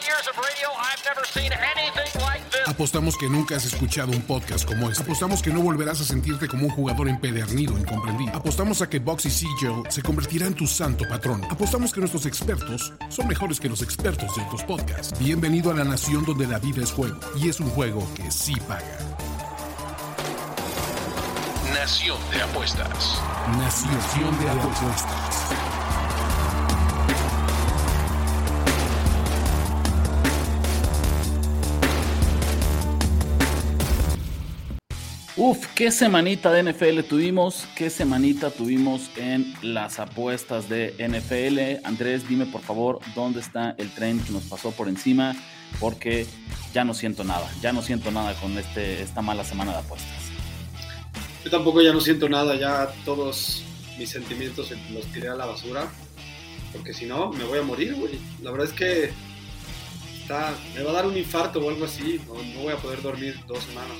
Apostamos que nunca has escuchado un podcast como este. Apostamos que no volverás a sentirte como un jugador empedernido, incomprendido. Apostamos a que Bugsy Siegel se convertirá en tu santo patrón. Apostamos que nuestros expertos son mejores que los expertos de otros podcasts. Bienvenido a la nación donde la vida es juego, y es un juego que sí paga. Nación de Apuestas. Nación de Apuestas. Qué semanita de NFL tuvimos, qué semanita tuvimos en las apuestas de NFL. Andrés, dime por favor, ¿dónde está el tren que nos pasó por encima? Porque ya no siento nada con esta mala semana de apuestas. Yo tampoco ya no siento nada, ya todos mis sentimientos los tiré a la basura, porque si no, me voy a morir, güey. La verdad es que me va a dar un infarto o algo así, no voy a poder dormir 2 semanas.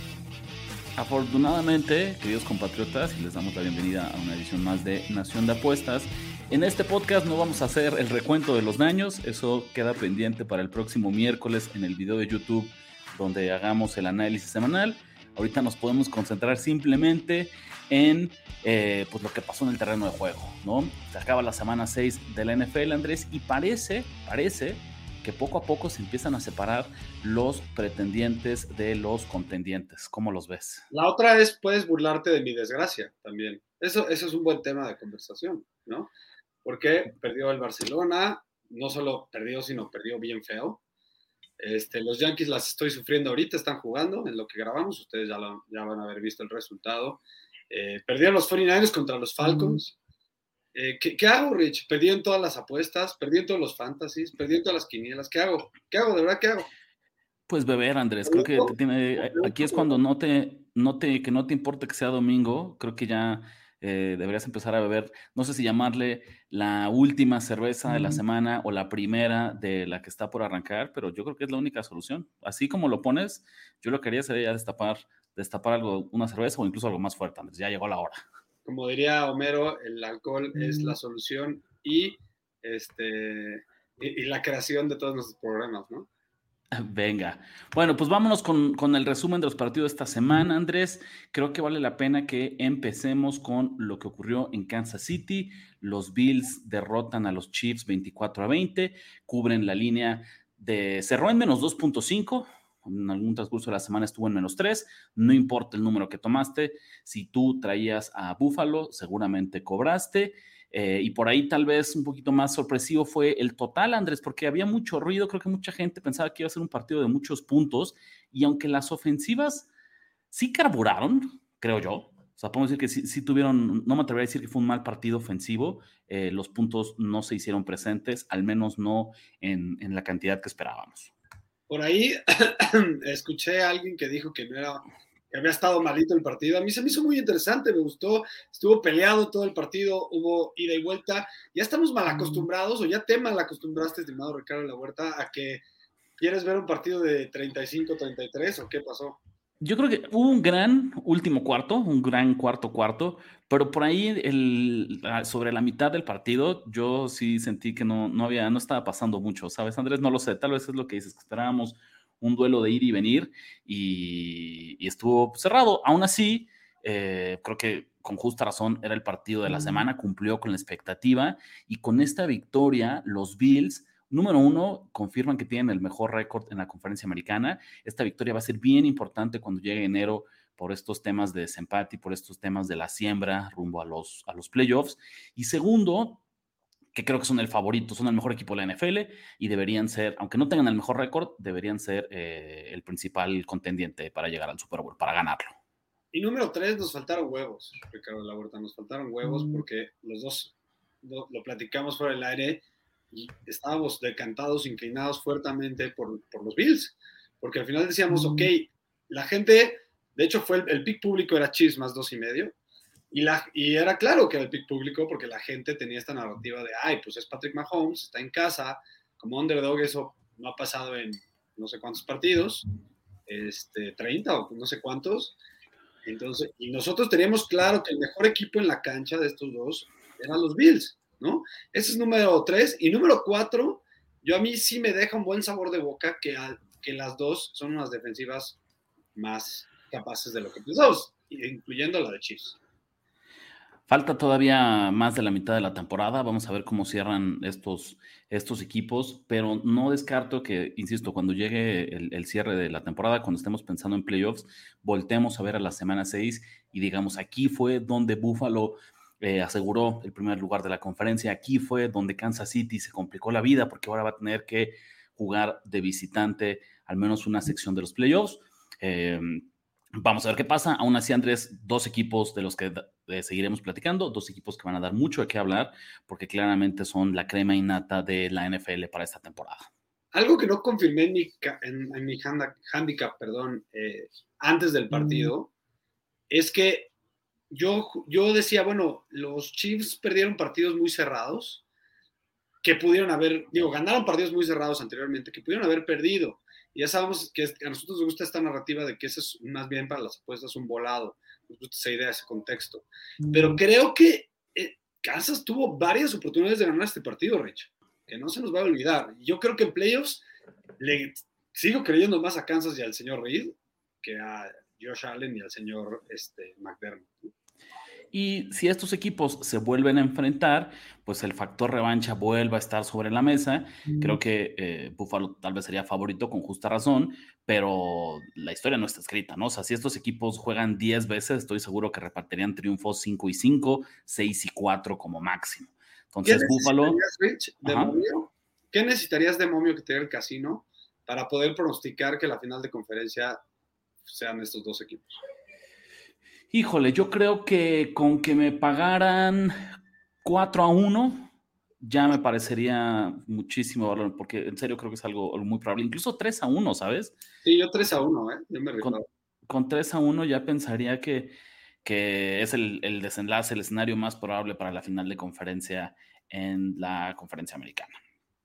Afortunadamente, queridos compatriotas, y les damos la bienvenida a una edición más de Nación de Apuestas. En este podcast no vamos a hacer el recuento de los daños, eso queda pendiente para el próximo miércoles en el video de YouTube donde hagamos el análisis semanal. Ahorita nos podemos concentrar simplemente en pues lo que pasó en el terreno de juego, ¿no? Se acaba la semana 6 de la NFL, Andrés, y parece que poco a poco se empiezan a separar los pretendientes de los contendientes. ¿Cómo los ves? La otra es, puedes burlarte de mi desgracia también. Eso es un buen tema de conversación, ¿no? Porque perdió el Barcelona, no solo perdió, sino perdió bien feo. Los Yankees las estoy sufriendo ahorita, están jugando en lo que grabamos, ustedes ya van a haber visto el resultado. Perdieron los 49ers contra los Falcons. ¿Qué hago, Rich? Perdí en todas las apuestas, perdí en todos los fantasies, perdí en todas las quinielas. ¿Qué hago? ¿De verdad qué hago? Pues beber, Andrés. Creo que aquí es cuando que no te importe que sea domingo. Creo que ya deberías empezar a beber. No sé si llamarle la última cerveza de la semana o la primera de la que está por arrancar, pero yo creo que es la única solución. Así como lo pones, yo lo que haría sería destapar algo, una cerveza o incluso algo más fuerte, Andrés. Ya llegó la hora. Como diría Homero, el alcohol es la solución y la creación de todos nuestros programas, ¿no? Venga. Bueno, pues vámonos con el resumen de los partidos de esta semana, Andrés. Creo que vale la pena que empecemos con lo que ocurrió en Kansas City. Los Bills derrotan a los Chiefs 24-20, cubren la línea cerró en menos 2.5. En algún transcurso de la semana estuvo en menos 3. No importa el número que tomaste. Si tú traías a Buffalo, seguramente cobraste. Y por ahí tal vez un poquito más sorpresivo fue el total, Andrés, porque había mucho ruido. Creo que mucha gente pensaba que iba a ser un partido de muchos puntos. Y aunque las ofensivas sí carburaron, creo yo. O sea, podemos decir que sí tuvieron, no me atrevería a decir que fue un mal partido ofensivo. Los puntos no se hicieron presentes, al menos no en la cantidad que esperábamos. Por ahí escuché a alguien que dijo que había estado malito el partido. A mí se me hizo muy interesante, me gustó, estuvo peleado todo el partido, hubo ida y vuelta. Ya estamos mal acostumbrados, o ya te mal acostumbraste, estimado Ricardo de la Huerta, a que quieres ver un partido de 35-33, ¿o qué pasó? Yo creo que hubo un gran último cuarto, un gran cuarto, pero por ahí sobre la mitad del partido yo sí sentí que no estaba pasando mucho, ¿sabes, Andrés? No lo sé, tal vez es lo que dices, que esperábamos un duelo de ir y venir y estuvo cerrado. Aún así, creo que con justa razón era el partido de la semana, cumplió con la expectativa y con esta victoria los Bills, número 1, confirman que tienen el mejor récord en la conferencia americana. Esta victoria va a ser bien importante cuando llegue enero por estos temas de desempate y por estos temas de la siembra rumbo a los playoffs. Y segundo, que creo que son el favorito, son el mejor equipo de la NFL y deberían ser, aunque no tengan el mejor récord, deberían ser el principal contendiente para llegar al Super Bowl, para ganarlo. Y número 3, nos faltaron huevos, Ricardo de la Huerta, nos faltaron huevos porque los dos lo platicamos fuera del aire y estábamos decantados, inclinados fuertemente por los Bills, porque al final decíamos, ok, la gente, de hecho el pick público era Chiefs más 2.5, y era claro que era el pick público porque la gente tenía esta narrativa de, pues es Patrick Mahomes, está en casa, como underdog, eso no ha pasado en no sé cuántos partidos, 30 o no sé cuántos. Entonces, y nosotros teníamos claro que el mejor equipo en la cancha de estos dos eran los Bills, ¿no? Ese es número 3. Y número 4, a mí sí me deja un buen sabor de boca que las dos son unas defensivas más capaces de lo que pensamos, incluyendo la de Chiefs. Falta todavía más de la mitad de la temporada. Vamos a ver cómo cierran estos equipos, pero no descarto que, insisto, cuando llegue el cierre de la temporada, cuando estemos pensando en playoffs, voltemos a ver a la semana 6 y digamos, aquí fue donde Buffalo aseguró el primer lugar de la conferencia, aquí fue donde Kansas City se complicó la vida porque ahora va a tener que jugar de visitante al menos una sección de los playoffs. Vamos a ver qué pasa. Aún así, Andrés, dos equipos de los que seguiremos platicando, dos equipos que van a dar mucho de qué hablar, porque claramente son la crema innata de la NFL para esta temporada. Algo que no confirmé en mi handicap, antes del partido, es que yo decía, bueno, los Chiefs perdieron partidos muy cerrados, que pudieron ganaron partidos muy cerrados anteriormente, que pudieron haber perdido. Y ya sabemos que a nosotros nos gusta esta narrativa de que ese es más bien para las apuestas un volado. Nos gusta esa idea, ese contexto. Pero creo que Kansas tuvo varias oportunidades de ganar este partido, Rich, que no se nos va a olvidar. Yo creo que en playoffs le sigo creyendo más a Kansas y al señor Reid que a Josh Allen y al señor McDermott. Y si estos equipos se vuelven a enfrentar, pues el factor revancha vuelve a estar sobre la mesa. Creo que Buffalo tal vez sería favorito con justa razón, pero la historia no está escrita, ¿no? O sea, si estos equipos juegan 10 veces, estoy seguro que repartirían triunfos 5-5, 6-4 como máximo. Entonces, Buffalo... Rich, de momio? ¿Qué necesitarías de momio que te dé el casino para poder pronosticar que la final de conferencia sean estos dos equipos? Híjole, yo creo que con que me pagaran 4-1 ya me parecería muchísimo valor, porque en serio creo que es algo muy probable. Incluso 3-1, ¿sabes? Sí, yo 3-1, yo me recuerdo. Con 3-1 ya pensaría que es el desenlace, el escenario más probable para la final de conferencia en la conferencia americana.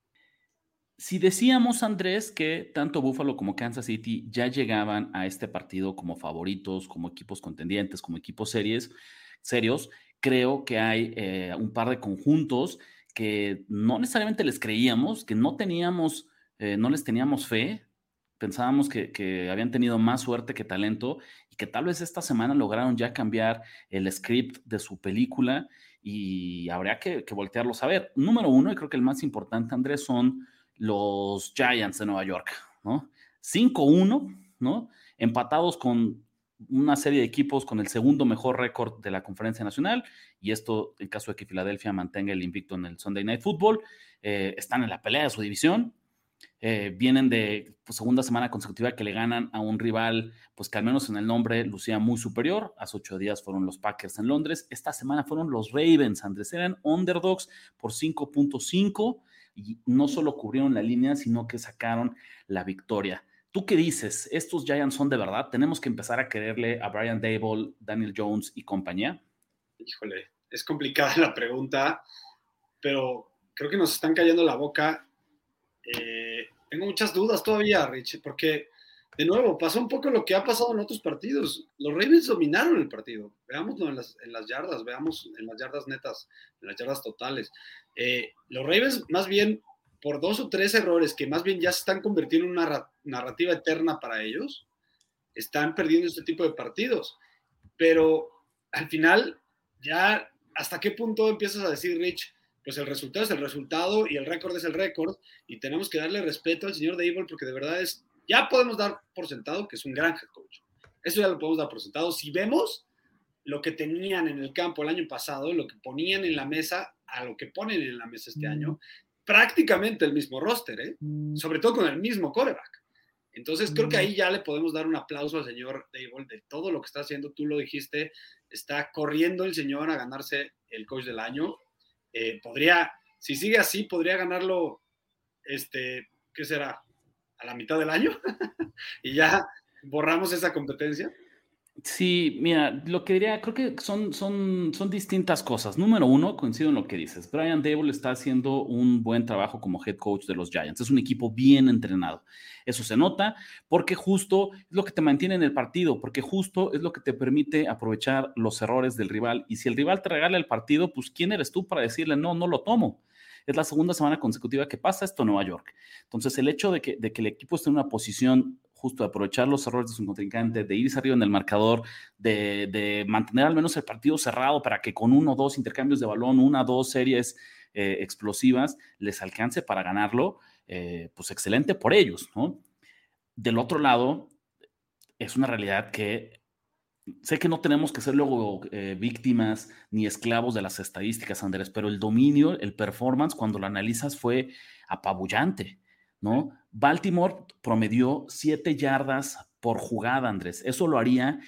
Si decíamos, Andrés, que tanto Buffalo como Kansas City ya llegaban a este partido como favoritos, como equipos contendientes, como equipos serios, creo que hay un par de conjuntos que no necesariamente les creíamos, que no les teníamos fe, pensábamos que habían tenido más suerte que talento y que tal vez esta semana lograron ya cambiar el script de su película y habría que voltearlos a ver. Número uno, y creo que el más importante, Andrés, son los Giants de Nueva York, ¿no? 5-1, ¿no? Empatados con una serie de equipos con el segundo mejor récord de la Conferencia Nacional, y esto en caso de que Filadelfia mantenga el invicto en el Sunday Night Football, están en la pelea de su división, vienen de segunda semana consecutiva que le ganan a un rival, pues que al menos en el nombre lucía muy superior. Hace 8 días fueron los Packers en Londres, esta semana fueron los Ravens, Andrés, eran underdogs por 5.5, y no solo cubrieron la línea, sino que sacaron la victoria. ¿Tú qué dices? ¿Estos Giants son de verdad? ¿Tenemos que empezar a quererle a Brian Daboll, Daniel Jones y compañía? Híjole, es complicada la pregunta, pero creo que nos están cayendo la boca. Tengo muchas dudas todavía, Rich, porque, de nuevo, pasó un poco lo que ha pasado en otros partidos. Los Ravens dominaron el partido. Veámoslo en las yardas, veamos en las yardas netas, en las yardas totales. Los Ravens, más bien, por 2 o 3 errores que más bien ya se están convirtiendo en una narrativa eterna para ellos, están perdiendo este tipo de partidos. Pero al final, ya, ¿hasta qué punto empiezas a decir, Rich, pues el resultado es el resultado y el récord es el récord, y tenemos que darle respeto al señor Daboll porque de verdad ya podemos dar por sentado que es un gran head coach? Eso ya lo podemos dar por sentado. Si vemos lo que tenían en el campo el año pasado, lo que ponían en la mesa, a lo que ponen en la mesa este año, prácticamente el mismo roster, sobre todo con el mismo quarterback. Entonces creo que ahí ya le podemos dar un aplauso al señor Daboll de todo lo que está haciendo. Tú lo dijiste, está corriendo el señor a ganarse el coach del año. Si sigue así, podría ganarlo, ¿qué será? ¿A la mitad del año? Y ya borramos esa competencia. Sí, mira, lo que diría, creo que son distintas cosas. Número uno, coincido en lo que dices. Brian Daboll está haciendo un buen trabajo como head coach de los Giants. Es un equipo bien entrenado. Eso se nota porque justo es lo que te mantiene en el partido, porque justo es lo que te permite aprovechar los errores del rival. Y si el rival te regala el partido, pues ¿quién eres tú para decirle no lo tomo? Es la segunda semana consecutiva que pasa esto en Nueva York. Entonces, el hecho de que el equipo esté en una posición justo de aprovechar los errores de su contrincante, de irse arriba en el marcador, de mantener al menos el partido cerrado para que con 1 o 2 intercambios de balón, 1 o 2 series explosivas les alcance para ganarlo, pues excelente por ellos, ¿no? Del otro lado, es una realidad que sé que no tenemos que ser luego víctimas ni esclavos de las estadísticas, Andrés, pero el dominio, el performance, cuando lo analizas, fue apabullante, ¿no? Baltimore promedió 7 yardas por jugada, Andrés. Eso lo haría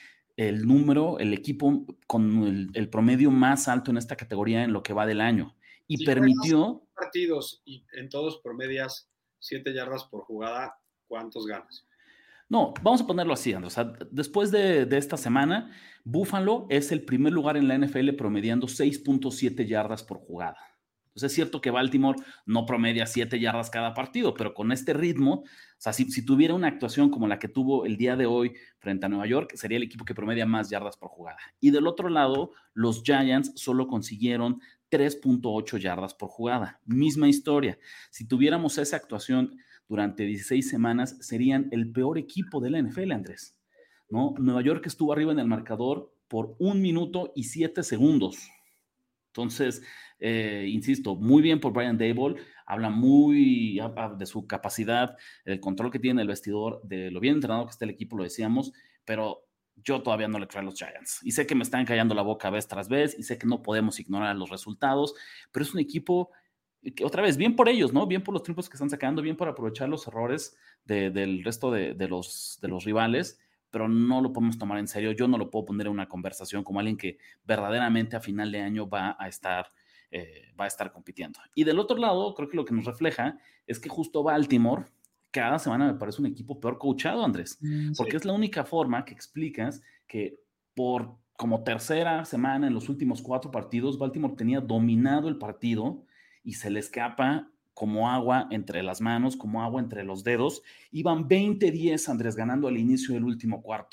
el equipo con el promedio más alto en esta categoría en lo que va del año. Y si permitió... partidos y en todos promedias 7 yardas por jugada, ¿cuántos ganas? No, vamos a ponerlo así, Andrés. O sea, después de esta semana, Buffalo es el primer lugar en la NFL promediando 6.7 yardas por jugada. Entonces es cierto que Baltimore no promedia 7 yardas cada partido, pero con este ritmo, o sea, si tuviera una actuación como la que tuvo el día de hoy frente a Nueva York, sería el equipo que promedia más yardas por jugada. Y del otro lado, los Giants solo consiguieron 3.8 yardas por jugada. Misma historia. Si tuviéramos esa actuación durante 16 semanas, serían el peor equipo de la NFL, Andrés, ¿no? Nueva York estuvo arriba en el marcador por 1 minuto y 7 segundos. Entonces, insisto, muy bien por Brian Daboll, habla muy de su capacidad, el control que tiene el vestidor, de lo bien entrenado que está el equipo, lo decíamos, pero yo todavía no le creo a los Giants. Y sé que me están callando la boca vez tras vez, y sé que no podemos ignorar los resultados, pero es un equipo que, otra vez, bien por ellos, ¿no? Bien por los triunfos que están sacando, bien por aprovechar los errores del resto de los rivales, pero no lo podemos tomar en serio. Yo no lo puedo poner en una conversación como alguien que verdaderamente a final de año va a estar compitiendo. Y del otro lado, creo que lo que nos refleja es que justo Baltimore cada semana me parece un equipo peor coachado, Andrés, porque es la única forma que explicas que por como tercera semana en los últimos 4 partidos, Baltimore tenía dominado el partido y se le escapa como agua entre las manos, como agua entre los dedos. Iban 20-10, Andrés, ganando al inicio del último cuarto.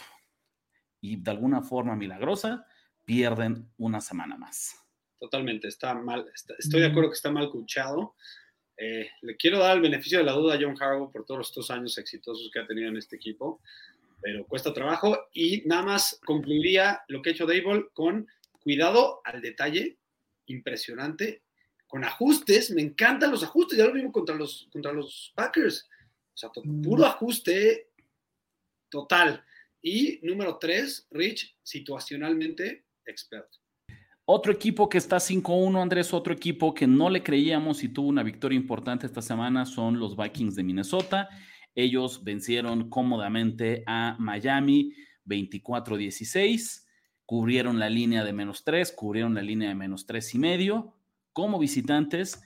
Y de alguna forma milagrosa, pierden una semana más. Totalmente, está mal. Estoy de acuerdo que está mal coachado. Le quiero dar el beneficio de la duda a John Harbaugh por todos estos años exitosos que ha tenido en este equipo, pero cuesta trabajo. Y nada más concluiría lo que ha hecho Daboll con cuidado al detalle, impresionante, con ajustes. Me encantan los ajustes, ya lo vimos contra los Packers. O sea, puro ajuste total. Y número 3, Rich, situacionalmente experto. Otro equipo que está 5-1, Andrés, otro equipo que no le creíamos y tuvo una victoria importante esta semana son los Vikings de Minnesota. Ellos vencieron cómodamente a Miami 24-16, cubrieron la línea de -3, cubrieron la línea de -3.5 como visitantes.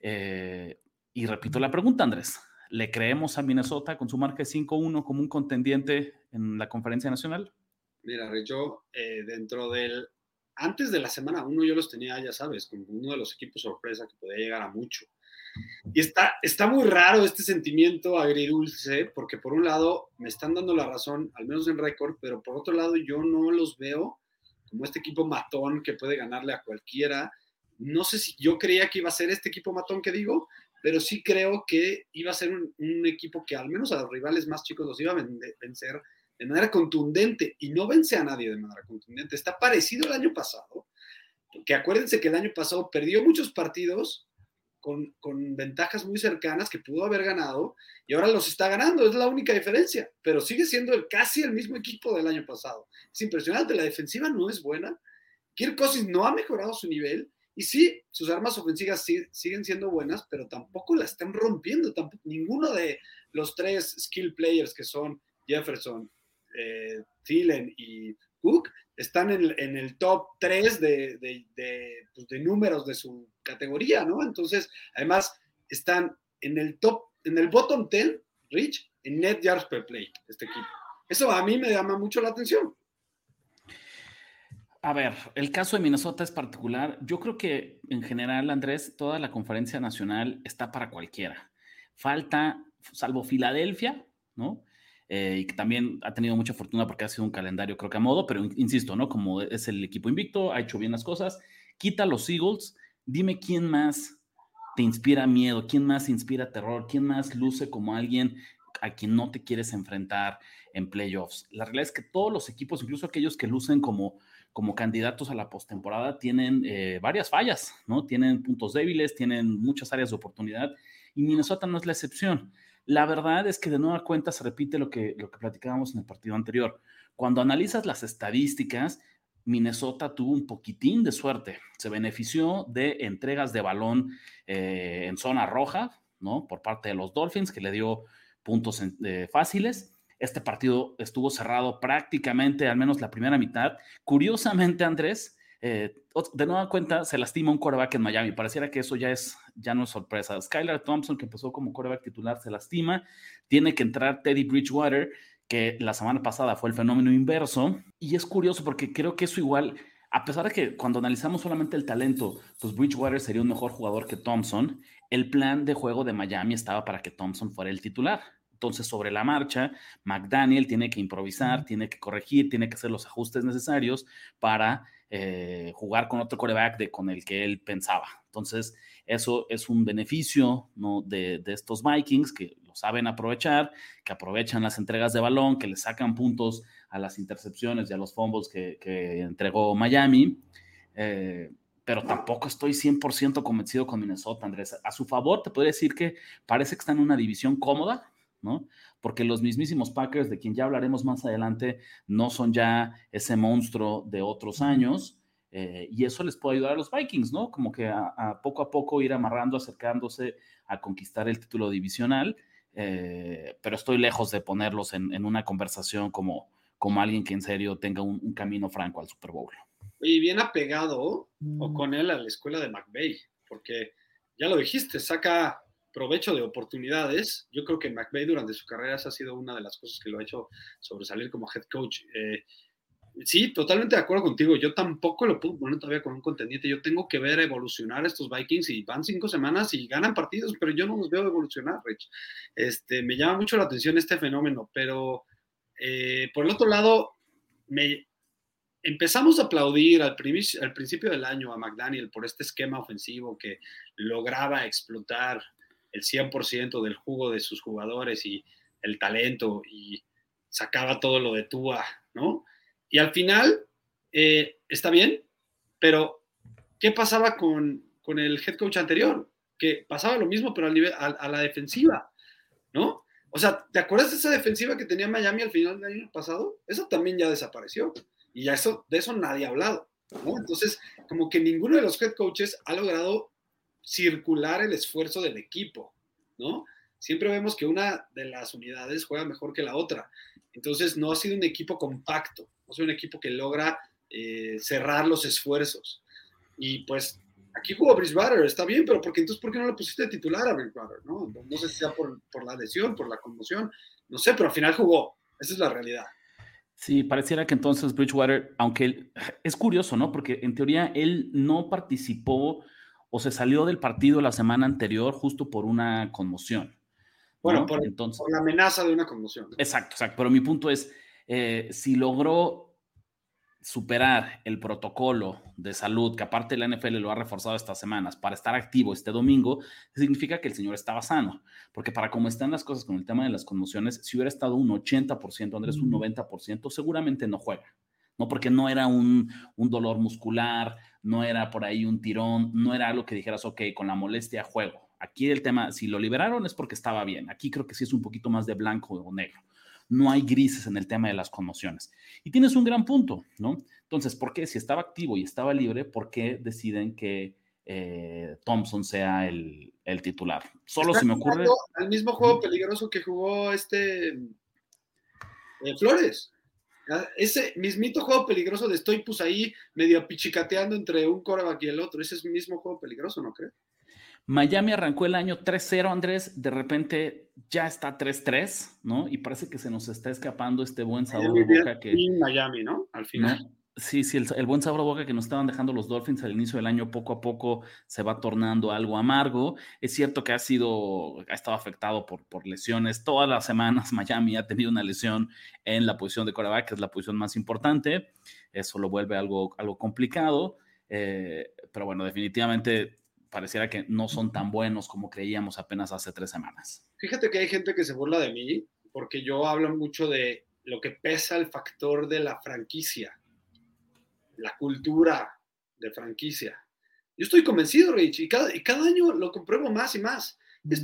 Y repito la pregunta, Andrés, ¿le creemos a Minnesota con su marca de 5-1 como un contendiente en la conferencia nacional? Mira, yo antes de la semana 1 yo los tenía, ya sabes, como uno de los equipos sorpresa que podía llegar a mucho. Y está muy raro este sentimiento agridulce, porque por un lado me están dando la razón, al menos en récord, pero por otro lado yo no los veo como este equipo matón que puede ganarle a cualquiera. No sé si yo creía que iba a ser este equipo matón que digo, pero sí creo que iba a ser un equipo que al menos a los rivales más chicos los iba a vencer de manera contundente, y no vence a nadie de manera contundente. Está parecido al año pasado, porque acuérdense que el año pasado perdió muchos partidos con ventajas muy cercanas que pudo haber ganado, y ahora los está ganando, es la única diferencia, pero sigue siendo casi el mismo equipo del año pasado. Es impresionante, la defensiva no es buena, Kirk Cousins no ha mejorado su nivel, y sí, sus armas ofensivas siguen siendo buenas, pero tampoco la están rompiendo. Ninguno de los 3 skill players que son Jefferson, Thielen y Cook están en el top 3 de números de su categoría, ¿no? Entonces, además, están en el bottom 10, Rich, en net yards per play, este equipo. Eso a mí me llama mucho la atención. A ver, el caso de Minnesota es particular. Yo creo que en general, Andrés, toda la conferencia nacional está para cualquiera. Falta, salvo Filadelfia, ¿no? Y que también ha tenido mucha fortuna porque ha sido un calendario creo que a modo, pero insisto, ¿no? Como es el equipo invicto, ha hecho bien las cosas. Quita los Eagles, dime quién más te inspira miedo? ¿Quién más inspira terror? ¿Quién más luce como alguien a quien no te quieres enfrentar en playoffs? La realidad es que todos los equipos, incluso aquellos que lucen como candidatos a la postemporada, tienen varias fallas, ¿no? Tienen puntos débiles, tienen muchas áreas de oportunidad, y Minnesota no es la excepción. La verdad es que de nueva cuenta se repite lo que platicábamos en el partido anterior. Cuando analizas las estadísticas, Minnesota tuvo un poquitín de suerte. Se benefició de entregas de balón en zona roja, ¿no? Por parte de los Dolphins, que le dio puntos fáciles. Este partido estuvo cerrado prácticamente, al menos la primera mitad. Curiosamente, Andrés, de nueva cuenta, se lastima un quarterback en Miami. Pareciera que eso ya no es sorpresa. Skylar Thompson, que empezó como quarterback titular, se lastima. Tiene que entrar Teddy Bridgewater, que la semana pasada fue el fenómeno inverso. Y es curioso porque creo que eso igual, a pesar de que cuando analizamos solamente el talento, pues Bridgewater sería un mejor jugador que Thompson, el plan de juego de Miami estaba para que Thompson fuera el titular. Entonces, sobre la marcha, McDaniel tiene que improvisar, tiene que corregir, tiene que hacer los ajustes necesarios para jugar con otro quarterback con el que él pensaba. Entonces, eso es un beneficio, ¿no?, de estos Vikings, que lo saben aprovechar, que aprovechan las entregas de balón, que le sacan puntos a las intercepciones y a los fumbles que entregó Miami. Pero tampoco estoy 100% convencido con Minnesota, Andrés. A su favor, te podría decir que parece que está en una división cómoda, ¿no? Porque los mismísimos Packers, de quien ya hablaremos más adelante, no son ya ese monstruo de otros años, y eso les puede ayudar a los Vikings, ¿no? Como que a poco ir amarrando, acercándose a conquistar el título divisional, pero estoy lejos de ponerlos en una conversación como alguien que en serio tenga un camino franco al Super Bowl. Y bien apegado o con él a la escuela de McVay, porque ya lo dijiste, saca provecho de oportunidades. Yo creo que McVay durante su carrera esa ha sido una de las cosas que lo ha hecho sobresalir como head coach. Sí, totalmente de acuerdo contigo. Yo tampoco lo puedo poner todavía con un contendiente. Yo tengo que ver evolucionar estos Vikings, y van 5 semanas y ganan partidos, pero yo no los veo evolucionar, Rich. Me llama mucho la atención este fenómeno, pero por el otro lado, empezamos a aplaudir al principio del año a McDaniel por este esquema ofensivo que lograba explotar el 100% del jugo de sus jugadores y el talento, y sacaba todo lo de Tua, ¿no? Y al final, está bien, pero ¿qué pasaba con el head coach anterior? Que pasaba lo mismo, pero a la defensiva, ¿no? O sea, ¿te acuerdas de esa defensiva que tenía Miami al final del año pasado? Esa también ya desapareció. Y ya de eso nadie ha hablado, ¿no? Entonces, como que ninguno de los head coaches ha logrado circular el esfuerzo del equipo, ¿no? Siempre vemos que una de las unidades juega mejor que la otra. Entonces, no ha sido un equipo compacto, no ha sido un equipo que logra cerrar los esfuerzos. Y pues, aquí jugó Bridgewater, está bien, pero ¿por qué no lo pusiste titular a Bridgewater, ¿no? No sé si sea por la lesión, por la conmoción, no sé, pero al final jugó. Esa es la realidad. Sí, pareciera que entonces Bridgewater, aunque es curioso, ¿no? Porque en teoría él no participó o se salió del partido la semana anterior justo por una conmoción, Bueno, ¿no? por la amenaza de una conmoción, ¿no? Exacto. Pero mi punto es, si logró superar el protocolo de salud, que aparte la NFL lo ha reforzado estas semanas, para estar activo este domingo, significa que el señor estaba sano, porque para cómo están las cosas con el tema de las conmociones, si hubiera estado un 80%, Andrés, un 90%, seguramente no juega, ¿no? Porque no era un dolor muscular, no era por ahí un tirón, no era algo que dijeras, ok, con la molestia juego. Aquí el tema, si lo liberaron es porque estaba bien. Aquí creo que sí es un poquito más de blanco o negro. No hay grises en el tema de las conmociones. Y tienes un gran punto, ¿no? Entonces, ¿por qué? Si estaba activo y estaba libre, ¿por qué deciden que Thompson sea el titular? Solo se me ocurre... Al mismo juego peligroso que jugó Flores. Ese mismito juego peligroso de estoy pues ahí medio pichicateando entre un quarterback y el otro. Ese es el mismo juego peligroso, ¿no crees? Miami arrancó el año 3-0, Andrés, de repente ya está 3-3, ¿no? Y parece que se nos está escapando este buen sabor de boca que... Miami, ¿no? Al final. ¿No? Sí, el buen sabor de boca que nos estaban dejando los Dolphins al inicio del año, poco a poco se va tornando algo amargo. Es cierto que ha estado afectado por lesiones. Todas las semanas Miami ha tenido una lesión en la posición de quarterback, que es la posición más importante. Eso lo vuelve algo complicado. Pero bueno, definitivamente pareciera que no son tan buenos como creíamos apenas hace 3 semanas. Fíjate que hay gente que se burla de mí porque yo hablo mucho de lo que pesa el factor de la franquicia, la cultura de franquicia. Yo estoy convencido, Rich, y cada año lo compruebo más y más.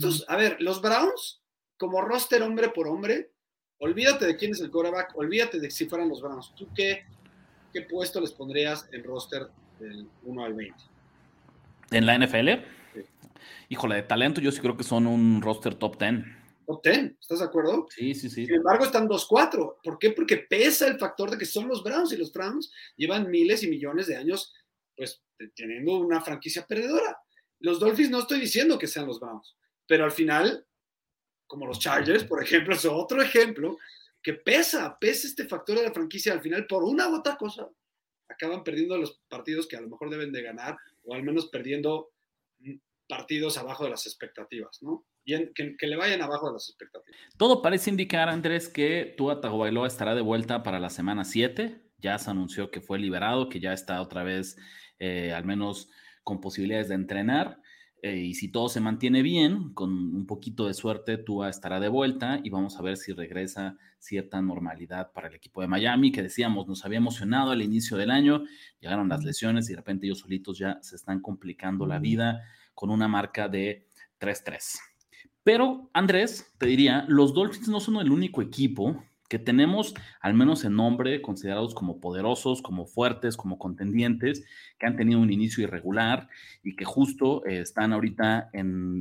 Los Browns, como roster hombre por hombre, olvídate de quién es el quarterback, olvídate de si fueran los Browns. ¿Tú qué puesto les pondrías en roster del 1 al 20? ¿En la NFL? Sí. Híjole, de talento yo sí creo que son un roster top 10. Top 10, ¿estás de acuerdo? Sí. Sin embargo, están 2-4. ¿Por qué? Porque pesa el factor de que son los Browns, y los Browns llevan miles y millones de años pues teniendo una franquicia perdedora. Los Dolphins no estoy diciendo que sean los Browns, pero al final, como los Chargers, por ejemplo, es otro ejemplo que pesa este factor de la franquicia. Al final, por una u otra cosa, acaban perdiendo los partidos que a lo mejor deben de ganar, o al menos perdiendo partidos abajo de las expectativas, ¿no? Y que le vayan abajo de las expectativas. Todo parece indicar, Andrés, que Tua Tagovailoa estará de vuelta para la semana 7. Ya se anunció que fue liberado, que ya está otra vez, al menos con posibilidades de entrenar. Y si todo se mantiene bien, con un poquito de suerte, Tua estará de vuelta y vamos a ver si regresa cierta normalidad para el equipo de Miami, que decíamos, nos había emocionado al inicio del año, llegaron las lesiones y de repente ellos solitos ya se están complicando la vida con una marca de 3-3. Pero, Andrés, te diría, los Dolphins no son el único equipo que tenemos, al menos en nombre, considerados como poderosos, como fuertes, como contendientes, que han tenido un inicio irregular y que justo están ahorita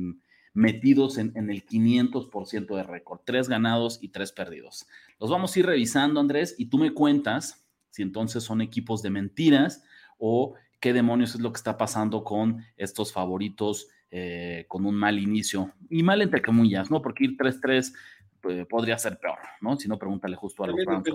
metidos en el 500% de récord, 3 ganados y 3 perdidos. Los vamos a ir revisando, Andrés, y tú me cuentas si entonces son equipos de mentiras o qué demonios es lo que está pasando con estos favoritos con un mal inicio, y mal entre comillas, ¿no? Porque ir 3-3 podría ser peor, ¿no? Si no, pregúntale justo a los Browns.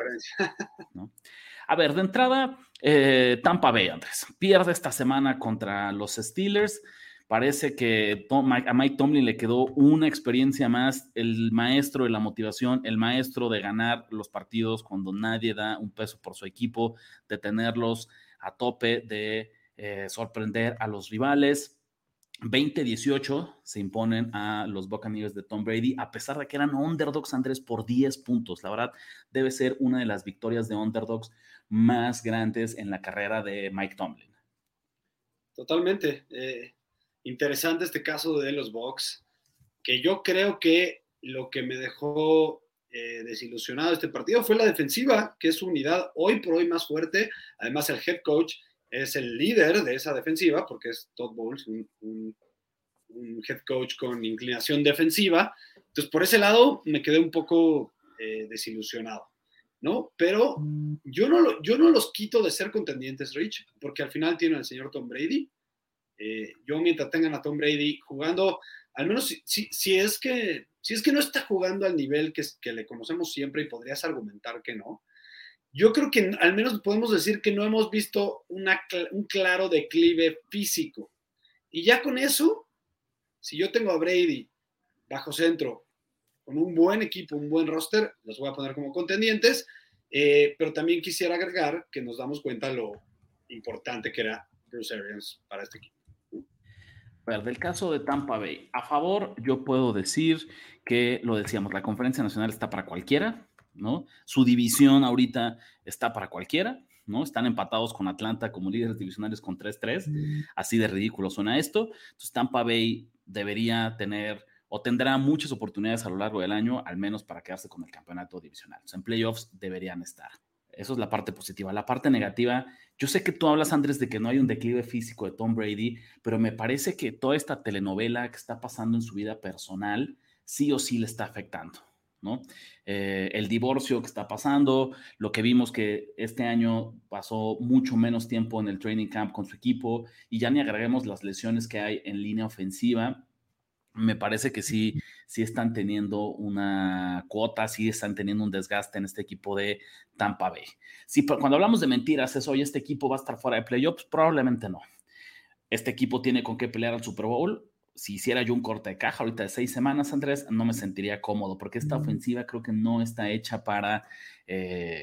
¿No? A ver, de entrada, Tampa Bay, Andrés, pierde esta semana contra los Steelers. Parece que a Mike Tomlin le quedó una experiencia más, el maestro de la motivación, el maestro de ganar los partidos cuando nadie da un peso por su equipo, de tenerlos a tope, de sorprender a los rivales. 20-18 se imponen a los Buccaneers de Tom Brady, a pesar de que eran underdogs, Andrés, por 10 puntos. La verdad, debe ser una de las victorias de underdogs más grandes en la carrera de Mike Tomlin. Totalmente. Interesante este caso de los Bucs, que yo creo que lo que me dejó desilusionado este partido fue la defensiva, que es su unidad hoy por hoy más fuerte. Además, el head coach es el líder de esa defensiva, porque es Todd Bowles, un head coach con inclinación defensiva. Entonces, por ese lado, me quedé un poco desilusionado, ¿no? Pero yo no los quito de ser contendientes, Rich, porque al final tienen al señor Tom Brady. Yo, mientras tengan a Tom Brady jugando, al menos si es que no está jugando al nivel que le conocemos siempre, y podrías argumentar que no, yo creo que al menos podemos decir que no hemos visto un claro declive físico. Y ya con eso, si yo tengo a Brady bajo centro, con un buen equipo, un buen roster, los voy a poner como contendientes, pero también quisiera agregar que nos damos cuenta lo importante que era Bruce Arians para este equipo. Del caso de Tampa Bay, a favor, yo puedo decir que, lo decíamos, la conferencia nacional está para cualquiera, ¿no? Su división ahorita está para cualquiera, ¿no? Están empatados con Atlanta como líderes divisionales con 3-3, así de ridículo suena esto. Entonces Tampa Bay debería tener o tendrá muchas oportunidades a lo largo del año, al menos para quedarse con el campeonato divisional. O sea, en playoffs deberían estar. Eso es la parte positiva. La parte negativa, yo sé que tú hablas, Andrés, de que no hay un declive físico de Tom Brady, pero me parece que toda esta telenovela que está pasando en su vida personal sí o sí le está afectando, ¿no? El divorcio que está pasando, lo que vimos que este año pasó mucho menos tiempo en el training camp con su equipo, y ya ni agreguemos las lesiones que hay en línea ofensiva. Me parece que sí están teniendo una cuota, sí están teniendo un desgaste en este equipo de Tampa Bay. Sí, cuando hablamos de mentiras, es hoy este equipo va a estar fuera de playoffs, probablemente no. Este equipo tiene con qué pelear al Super Bowl. Si hiciera yo un corte de caja ahorita de 6 semanas, Andrés, no me sentiría cómodo, porque esta ofensiva creo que no está hecha para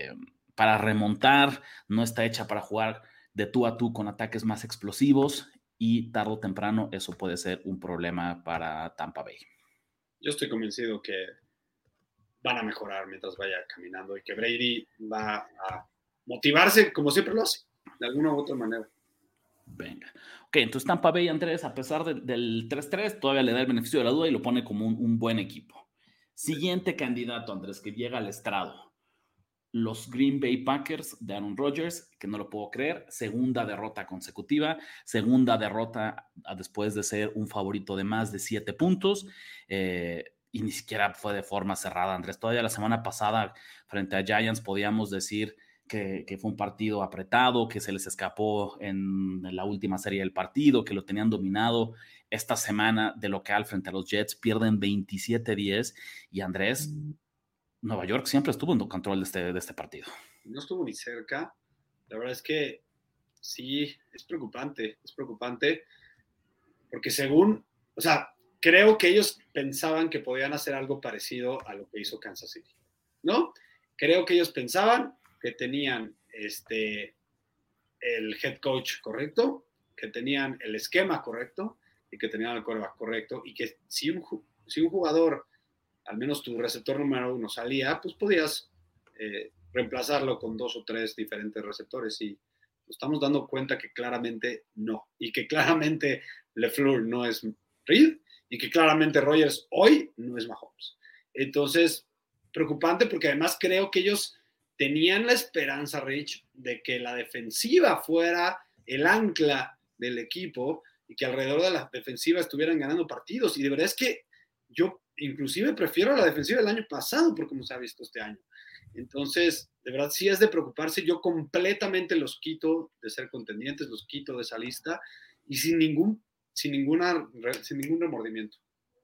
remontar, no está hecha para jugar de tú a tú con ataques más explosivos. y tarde o temprano eso puede ser un problema para Tampa Bay. Yo estoy convencido que van a mejorar mientras vaya caminando y que Brady va a motivarse como siempre lo hace, de alguna u otra manera. Venga. Ok, entonces Tampa Bay, Andrés, a pesar del 3-3, todavía le da el beneficio de la duda y lo pone como un buen equipo. Siguiente candidato, Andrés, que llega al estrado. Los Green Bay Packers de Aaron Rodgers, que no lo puedo creer, segunda derrota consecutiva, segunda derrota después de ser un favorito de más de 7 puntos, y ni siquiera fue de forma cerrada, Andrés. Todavía la semana pasada, frente a Giants, podíamos decir que fue un partido apretado, que se les escapó en la última serie del partido, que lo tenían dominado. Esta semana de local frente a los Jets pierden 27-10 y Andrés, Nueva York siempre estuvo en control de este partido. No estuvo ni cerca. La verdad es que sí, es preocupante porque creo que ellos pensaban que podían hacer algo parecido a lo que hizo Kansas City, ¿no? Creo que ellos pensaban que tenían el head coach correcto, que tenían el esquema correcto y que tenían el quarterback correcto y que si un jugador, al menos tu receptor número 1 salía, pues podías reemplazarlo con 2 o 3 diferentes receptores y nos estamos dando cuenta que claramente no, y que claramente LeFleur no es Reed y que claramente Rodgers hoy no es Mahomes. Entonces, preocupante porque además creo que ellos tenían la esperanza, Rich, de que la defensiva fuera el ancla del equipo y que alrededor de la defensiva estuvieran ganando partidos. Y de verdad es que yo inclusive prefiero la defensiva del año pasado por cómo se ha visto este año. Entonces, de verdad sí es de preocuparse. Yo completamente los quito de ser contendientes, los quito de esa lista y sin ningún remordimiento.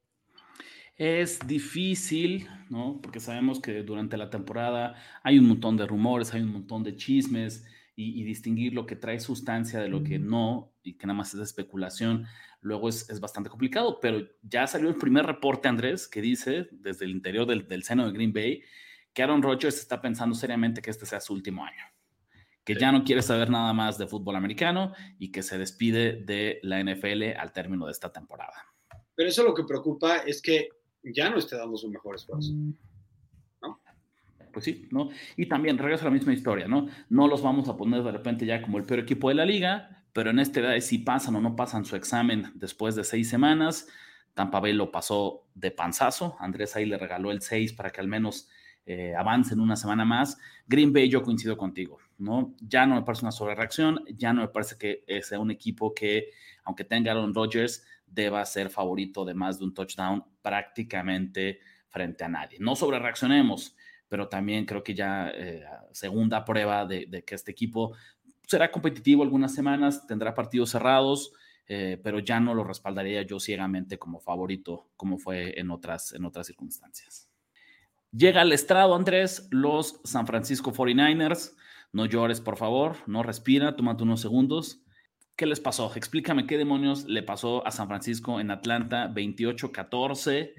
Es difícil, ¿no? Porque sabemos que durante la temporada hay un montón de rumores, hay un montón de chismes y distinguir lo que trae sustancia de lo que no y que nada más es especulación, luego es bastante complicado, pero ya salió el primer reporte, Andrés, que dice desde el interior del seno de Green Bay que Aaron Rodgers está pensando seriamente que este sea su último año, que ya no quiere saber nada más de fútbol americano y que se despide de la NFL al término de esta temporada. Pero eso lo que preocupa es que ya no esté dando su mejor esfuerzo, ¿no? Pues sí, ¿no? Y también regresa a la misma historia, ¿no? No los vamos a poner de repente ya como el peor equipo de la liga, pero en esta edad si pasan o no pasan su examen después de 6 semanas. Tampa Bay lo pasó de panzazo. Andrés ahí le regaló el 6 para que al menos avancen una semana más. Green Bay, yo coincido contigo, ¿no? Ya no me parece una sobrereacción, ya no me parece que sea un equipo que, aunque tenga Aaron Rodgers, deba ser favorito de más de un touchdown prácticamente frente a nadie. No sobrereaccionemos, pero también creo que ya segunda prueba de que este equipo será competitivo algunas semanas, tendrá partidos cerrados, pero ya no lo respaldaría yo ciegamente como favorito, como fue en otras circunstancias. Llega al estrado, Andrés, los San Francisco 49ers. No llores, por favor, no respira, tómate unos segundos. ¿Qué les pasó? Explícame qué demonios le pasó a San Francisco en Atlanta, 28-14.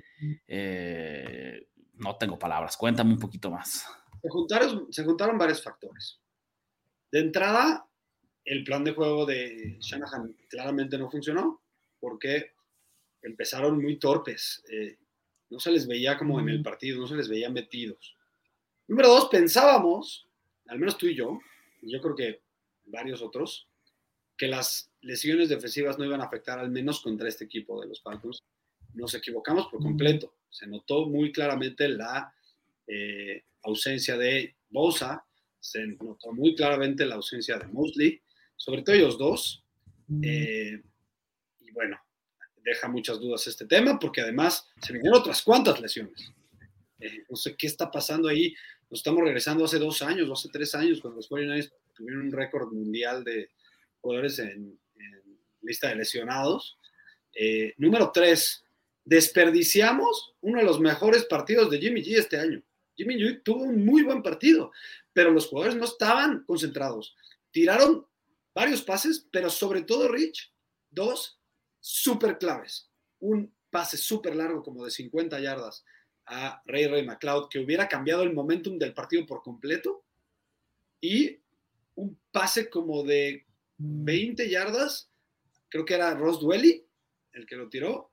No tengo palabras, cuéntame un poquito más. Se juntaron varios factores. De entrada, el plan de juego de Shanahan claramente no funcionó porque empezaron muy torpes. No se les veía como en el partido, no se les veía metidos. Número 2, pensábamos, al menos tú y yo creo que varios otros, que las lesiones defensivas no iban a afectar al menos contra este equipo de los Falcons. Nos equivocamos por completo. Se notó muy claramente la ausencia de Bosa, se notó muy claramente la ausencia de Mosley, sobre todo ellos dos. Y bueno, deja muchas dudas este tema, porque además se vinieron otras cuantas lesiones. No sé qué está pasando ahí. Nos estamos regresando hace 2 años, o hace 3 años, cuando los 49ers tuvieron un récord mundial de jugadores en lista de lesionados. Número 3, desperdiciamos uno de los mejores partidos de Jimmy G este año. Jimmy G tuvo un muy buen partido, pero los jugadores no estaban concentrados. Tiraron varios pases, pero sobre todo, Rich, 2 súper claves. Un pase súper largo, como de 50 yardas, a Ray McCloud, que hubiera cambiado el momentum del partido por completo, y un pase como de 20 yardas creo que era Ross Dwelly el que lo tiró,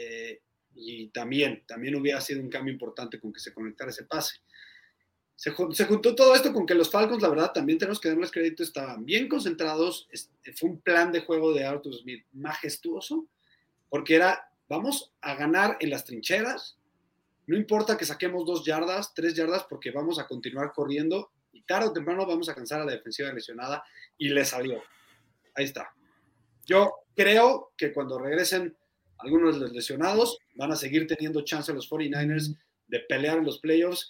y también hubiera sido un cambio importante con que se conectara ese pase. Se juntó todo esto con que los Falcons, la verdad, también tenemos que darles crédito, estaban bien concentrados. Fue un plan de juego de Arthur Smith majestuoso, porque era, vamos a ganar en las trincheras, no importa que saquemos 2 yardas, 3 yardas, porque vamos a continuar corriendo y tarde o temprano vamos a cansar a la defensiva lesionada, y le salió. Ahí está. Yo creo que cuando regresen algunos de los lesionados, van a seguir teniendo chance los 49ers de pelear en los playoffs,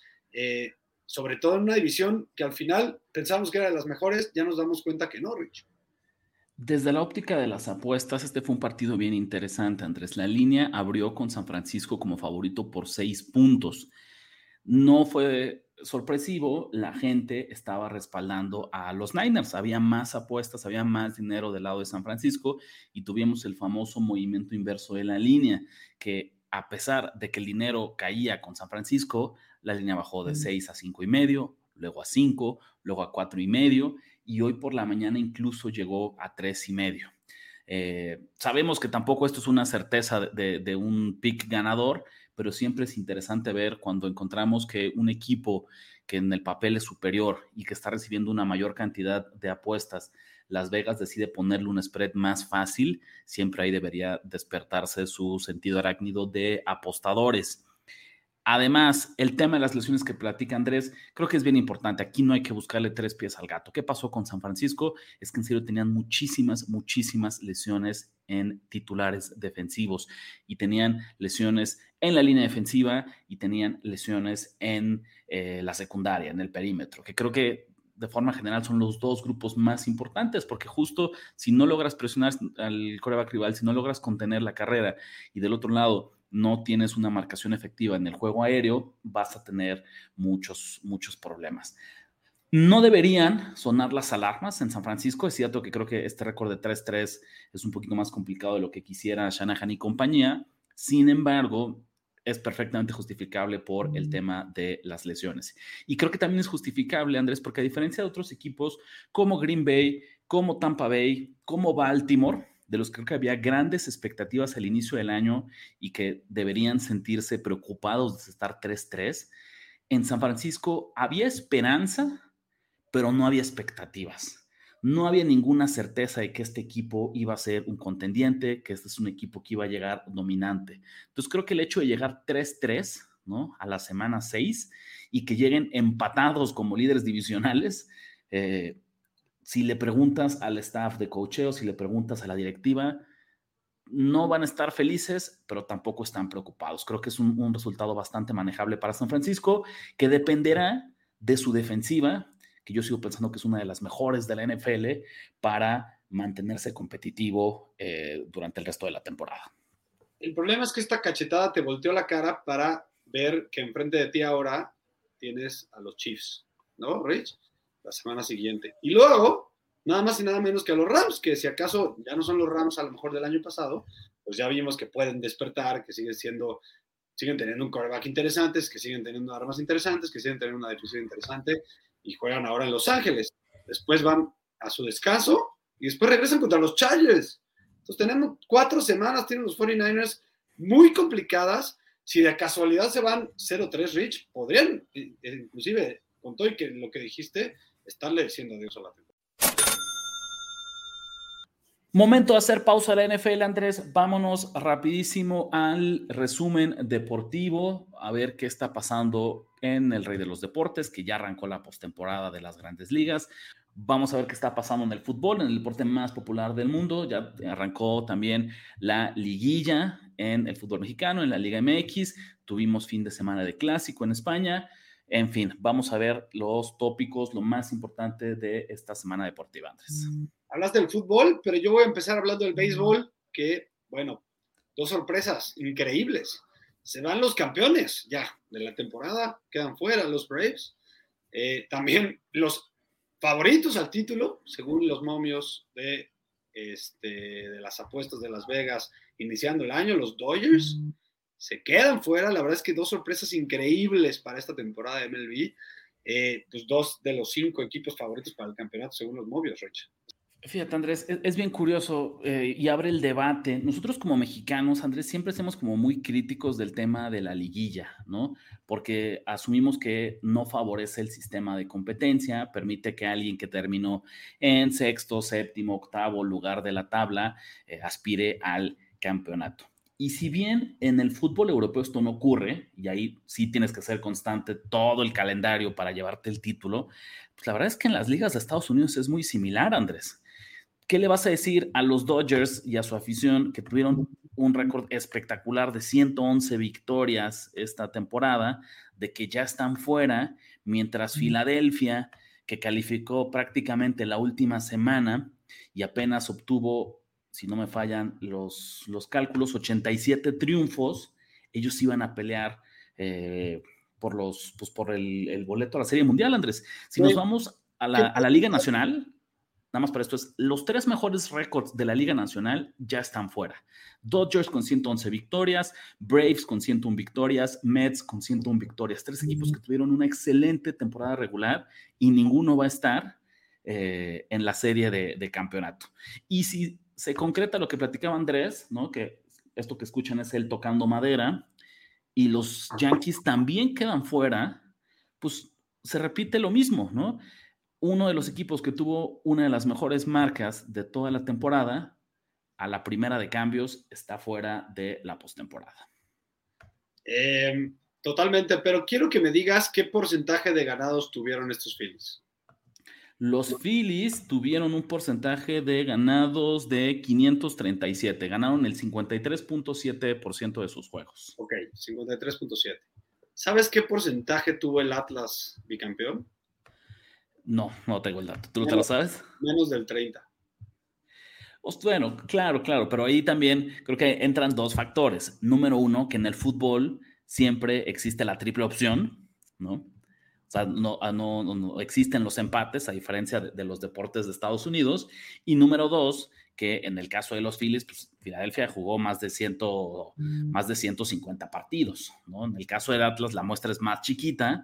sobre todo en una división que al final pensamos que era de las mejores, ya nos damos cuenta que no, Rich. Desde la óptica de las apuestas, este fue un partido bien interesante, Andrés. La línea abrió con San Francisco como favorito por 6 puntos. No fue sorpresivo, la gente estaba respaldando a los Niners. Había más apuestas, había más dinero del lado de San Francisco y tuvimos el famoso movimiento inverso de la línea, que a pesar de que el dinero caía con San Francisco, la línea bajó de 6 a 5.5, luego a 5, luego a 4.5 y hoy por la mañana incluso llegó a 3.5. Sabemos que tampoco esto es una certeza de un pick ganador, pero siempre es interesante ver cuando encontramos que un equipo que en el papel es superior y que está recibiendo una mayor cantidad de apuestas, Las Vegas decide ponerle un spread más fácil. Siempre ahí debería despertarse su sentido arácnido de apostadores. Además, el tema de las lesiones que platica Andrés, creo que es bien importante. Aquí no hay que buscarle 3 pies al gato. ¿Qué pasó con San Francisco? Es que en serio tenían muchísimas lesiones en titulares defensivos y tenían lesiones en la línea defensiva y tenían lesiones en la secundaria, en el perímetro, que creo que de forma general son los 2 grupos más importantes, porque justo si no logras presionar al quarterback rival, si no logras contener la carrera y del otro lado no tienes una marcación efectiva en el juego aéreo, vas a tener muchos problemas. No deberían sonar las alarmas en San Francisco. Es cierto que creo que este récord de 3-3 es un poquito más complicado de lo que quisiera Shanahan y compañía. Sin embargo, es perfectamente justificable por el tema de las lesiones. Y creo que también es justificable, Andrés, porque a diferencia de otros equipos como Green Bay, como Tampa Bay, como Baltimore, de los que creo que había grandes expectativas al inicio del año y que deberían sentirse preocupados de estar 3-3, en San Francisco había esperanza, pero no había expectativas. No había ninguna certeza de que este equipo iba a ser un contendiente, que este es un equipo que iba a llegar dominante. Entonces creo que el hecho de llegar 3-3, ¿no?, a la semana 6 y que lleguen empatados como líderes divisionales, si le preguntas al staff de coacheo, si le preguntas a la directiva, no van a estar felices, pero tampoco están preocupados. Creo que es un resultado bastante manejable para San Francisco, que dependerá de su defensiva, que yo sigo pensando que es una de las mejores de la NFL, para mantenerse competitivo durante el resto de la temporada. El problema es que esta cachetada te volteó la cara para ver que enfrente de ti ahora tienes a los Chiefs, ¿no, Rich? La semana siguiente. Y luego, nada más y nada menos que a los Rams, que si acaso ya no son los Rams a lo mejor del año pasado, pues ya vimos que pueden despertar, que siguen teniendo un quarterback interesante, que siguen teniendo armas interesantes, que siguen teniendo una defensiva interesante, y juegan ahora en Los Ángeles. Después van a su descanso y después regresan contra los Chargers. Entonces tenemos 4 semanas, tienen los 49ers muy complicadas. Si de casualidad se van 0-3, Rich, podrían, inclusive, con todo y que lo que dijiste, estarle diciendo adiós a la temporada. Momento de hacer pausa a la NFL, Andrés. Vámonos rapidísimo al resumen deportivo, a ver qué está pasando en el Rey de los Deportes, que ya arrancó la postemporada de las Grandes Ligas. Vamos a ver qué está pasando en el fútbol, en el deporte más popular del mundo. Ya arrancó también la liguilla en el fútbol mexicano, en la Liga MX. Tuvimos fin de semana de clásico en España. En fin, vamos a ver los tópicos, lo más importante de esta semana deportiva, Andrés. Hablaste del fútbol, pero yo voy a empezar hablando del béisbol, que, bueno, 2 sorpresas increíbles. Se van los campeones ya de la temporada, quedan fuera los Braves. También los favoritos al título, según los momios de las apuestas de Las Vegas, iniciando el año, los Dodgers se quedan fuera. La verdad es que 2 sorpresas increíbles para esta temporada de MLB. Pues 2 de los 5 equipos favoritos para el campeonato, según los momios, Rich. Fíjate, Andrés, es bien curioso y abre el debate. Nosotros como mexicanos, Andrés, siempre somos como muy críticos del tema de la liguilla, ¿no? Porque asumimos que no favorece el sistema de competencia, permite que alguien que terminó en sexto, séptimo, octavo lugar de la tabla aspire al campeonato. Y si bien en el fútbol europeo esto no ocurre, y ahí sí tienes que ser constante todo el calendario para llevarte el título, pues la verdad es que en las ligas de Estados Unidos es muy similar, Andrés. ¿Qué le vas a decir a los Dodgers y a su afición que tuvieron un récord espectacular de 111 victorias esta temporada, de que ya están fuera, mientras Filadelfia, que calificó prácticamente la última semana y apenas obtuvo, si no me fallan los cálculos, 87 triunfos, ellos iban a pelear por el boleto a la Serie Mundial, Andrés? Si nos vamos a la Liga Nacional, nada más para esto, es los tres mejores récords de la Liga Nacional ya están fuera. Dodgers con 111 victorias, Braves con 101 victorias, Mets con 101 victorias. Tres equipos que tuvieron una excelente temporada regular y ninguno va a estar en la serie de campeonato. Y si se concreta lo que platicaba Andrés, ¿no? Que esto que escuchan es él tocando madera, y los Yankees también quedan fuera, pues se repite lo mismo, ¿no? Uno de los equipos que tuvo una de las mejores marcas de toda la temporada, a la primera de cambios, está fuera de la postemporada. Totalmente, pero quiero que me digas qué porcentaje de ganados tuvieron estos Phillies. Los Phillies tuvieron un porcentaje de ganados de 537, ganaron el 53.7% de sus juegos. Ok, 53.7. ¿Sabes qué porcentaje tuvo el Atlas bicampeón? No tengo el dato. ¿Tú te lo sabes? Menos del 30. Bueno, claro, pero ahí también creo que entran dos factores. Número uno, que en el fútbol siempre existe la triple opción, ¿no? O sea, no existen los empates, a diferencia de los deportes de Estados Unidos. Y número dos, que en el caso de los Phillies, pues Filadelfia jugó más de 150 partidos, ¿no? En el caso del Atlas, la muestra es más chiquita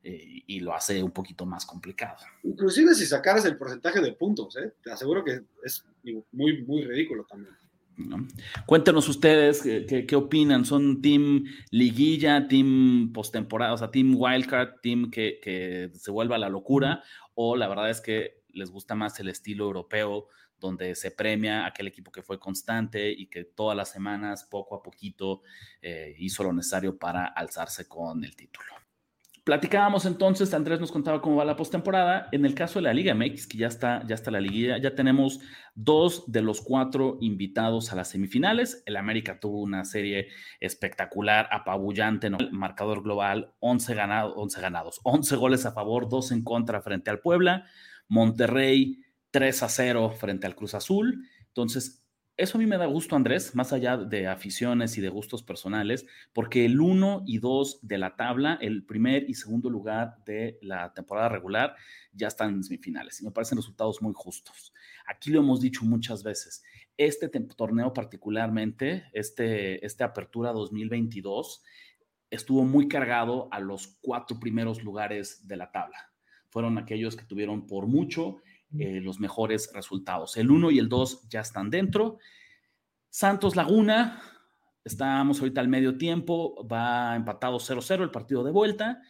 y lo hace un poquito más complicado. Inclusive si sacaras el porcentaje de puntos, te aseguro que es muy, muy ridículo también. ¿No? Cuéntenos ustedes qué opinan. ¿Son team liguilla, team postemporada, o sea, team wildcard, team que se vuelva la locura? ¿O la verdad es que les gusta más el estilo europeo, donde se premia a aquel equipo que fue constante y que todas las semanas, poco a poquito, hizo lo necesario para alzarse con el título? Platicábamos entonces, Andrés nos contaba cómo va la postemporada. En el caso de la Liga MX, que ya está la liguilla, ya tenemos 2 de los 4 invitados a las semifinales. El América tuvo una serie espectacular, apabullante, ¿no? El marcador global, 11 ganados, 11 goles a favor, 2 en contra frente al Puebla. Monterrey, 3-0 frente al Cruz Azul. Entonces, eso a mí me da gusto, Andrés, más allá de aficiones y de gustos personales, porque el 1 y 2 de la tabla, el primer y segundo lugar de la temporada regular, ya están en semifinales y me parecen resultados muy justos. Aquí lo hemos dicho muchas veces, este torneo particularmente, este Apertura 2022, estuvo muy cargado a los 4 primeros lugares de la tabla. Fueron aquellos que tuvieron por mucho los mejores resultados. El 1 y el 2 ya están dentro. Santos Laguna, estamos ahorita al medio tiempo, va empatado 0-0 el partido de vuelta,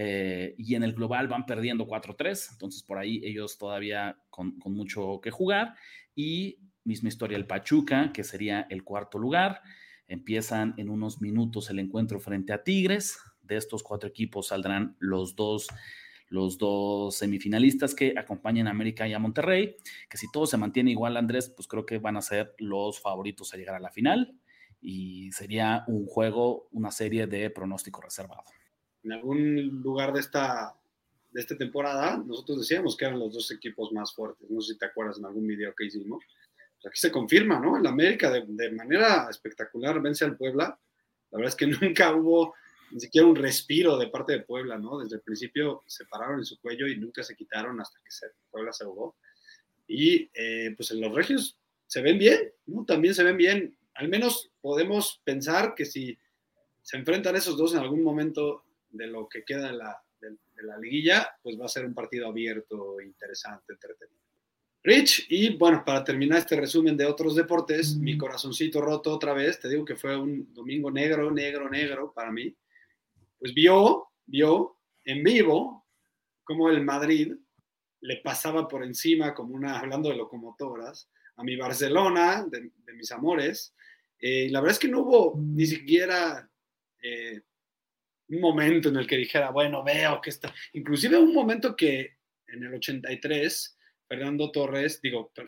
y en el global van perdiendo 4-3, entonces por ahí ellos todavía con mucho que jugar. Y misma historia el Pachuca, que sería el cuarto lugar. Empiezan en unos minutos el encuentro frente a Tigres. De estos 4 equipos saldrán los dos semifinalistas que acompañan a América y a Monterrey, que si todo se mantiene igual, Andrés, pues creo que van a ser los favoritos a llegar a la final y sería un juego, una serie de pronóstico reservado. En algún lugar de esta temporada, nosotros decíamos que eran los 2 equipos más fuertes. No sé si te acuerdas en algún video que hicimos. Pues aquí se confirma, ¿no? El América de manera espectacular vence al Puebla. La verdad es que nunca hubo ni siquiera un respiro de parte de Puebla, ¿no? Desde el principio se pararon en su cuello y nunca se quitaron hasta que Puebla se ahogó. Y pues en los regios se ven bien, ¿no? También se ven bien. Al menos podemos pensar que si se enfrentan esos dos en algún momento de lo que queda de la liguilla, pues va a ser un partido abierto, interesante, entretenido. Rich, y bueno, para terminar este resumen de otros deportes, mi corazoncito roto otra vez, te digo que fue un domingo negro para mí, pues vio en vivo cómo el Madrid le pasaba por encima, hablando de locomotoras, a mi Barcelona, de mis amores. La verdad es que no hubo ni siquiera un momento en el que dijera, bueno, veo que está, inclusive un momento que en el 83, Fernando Torres,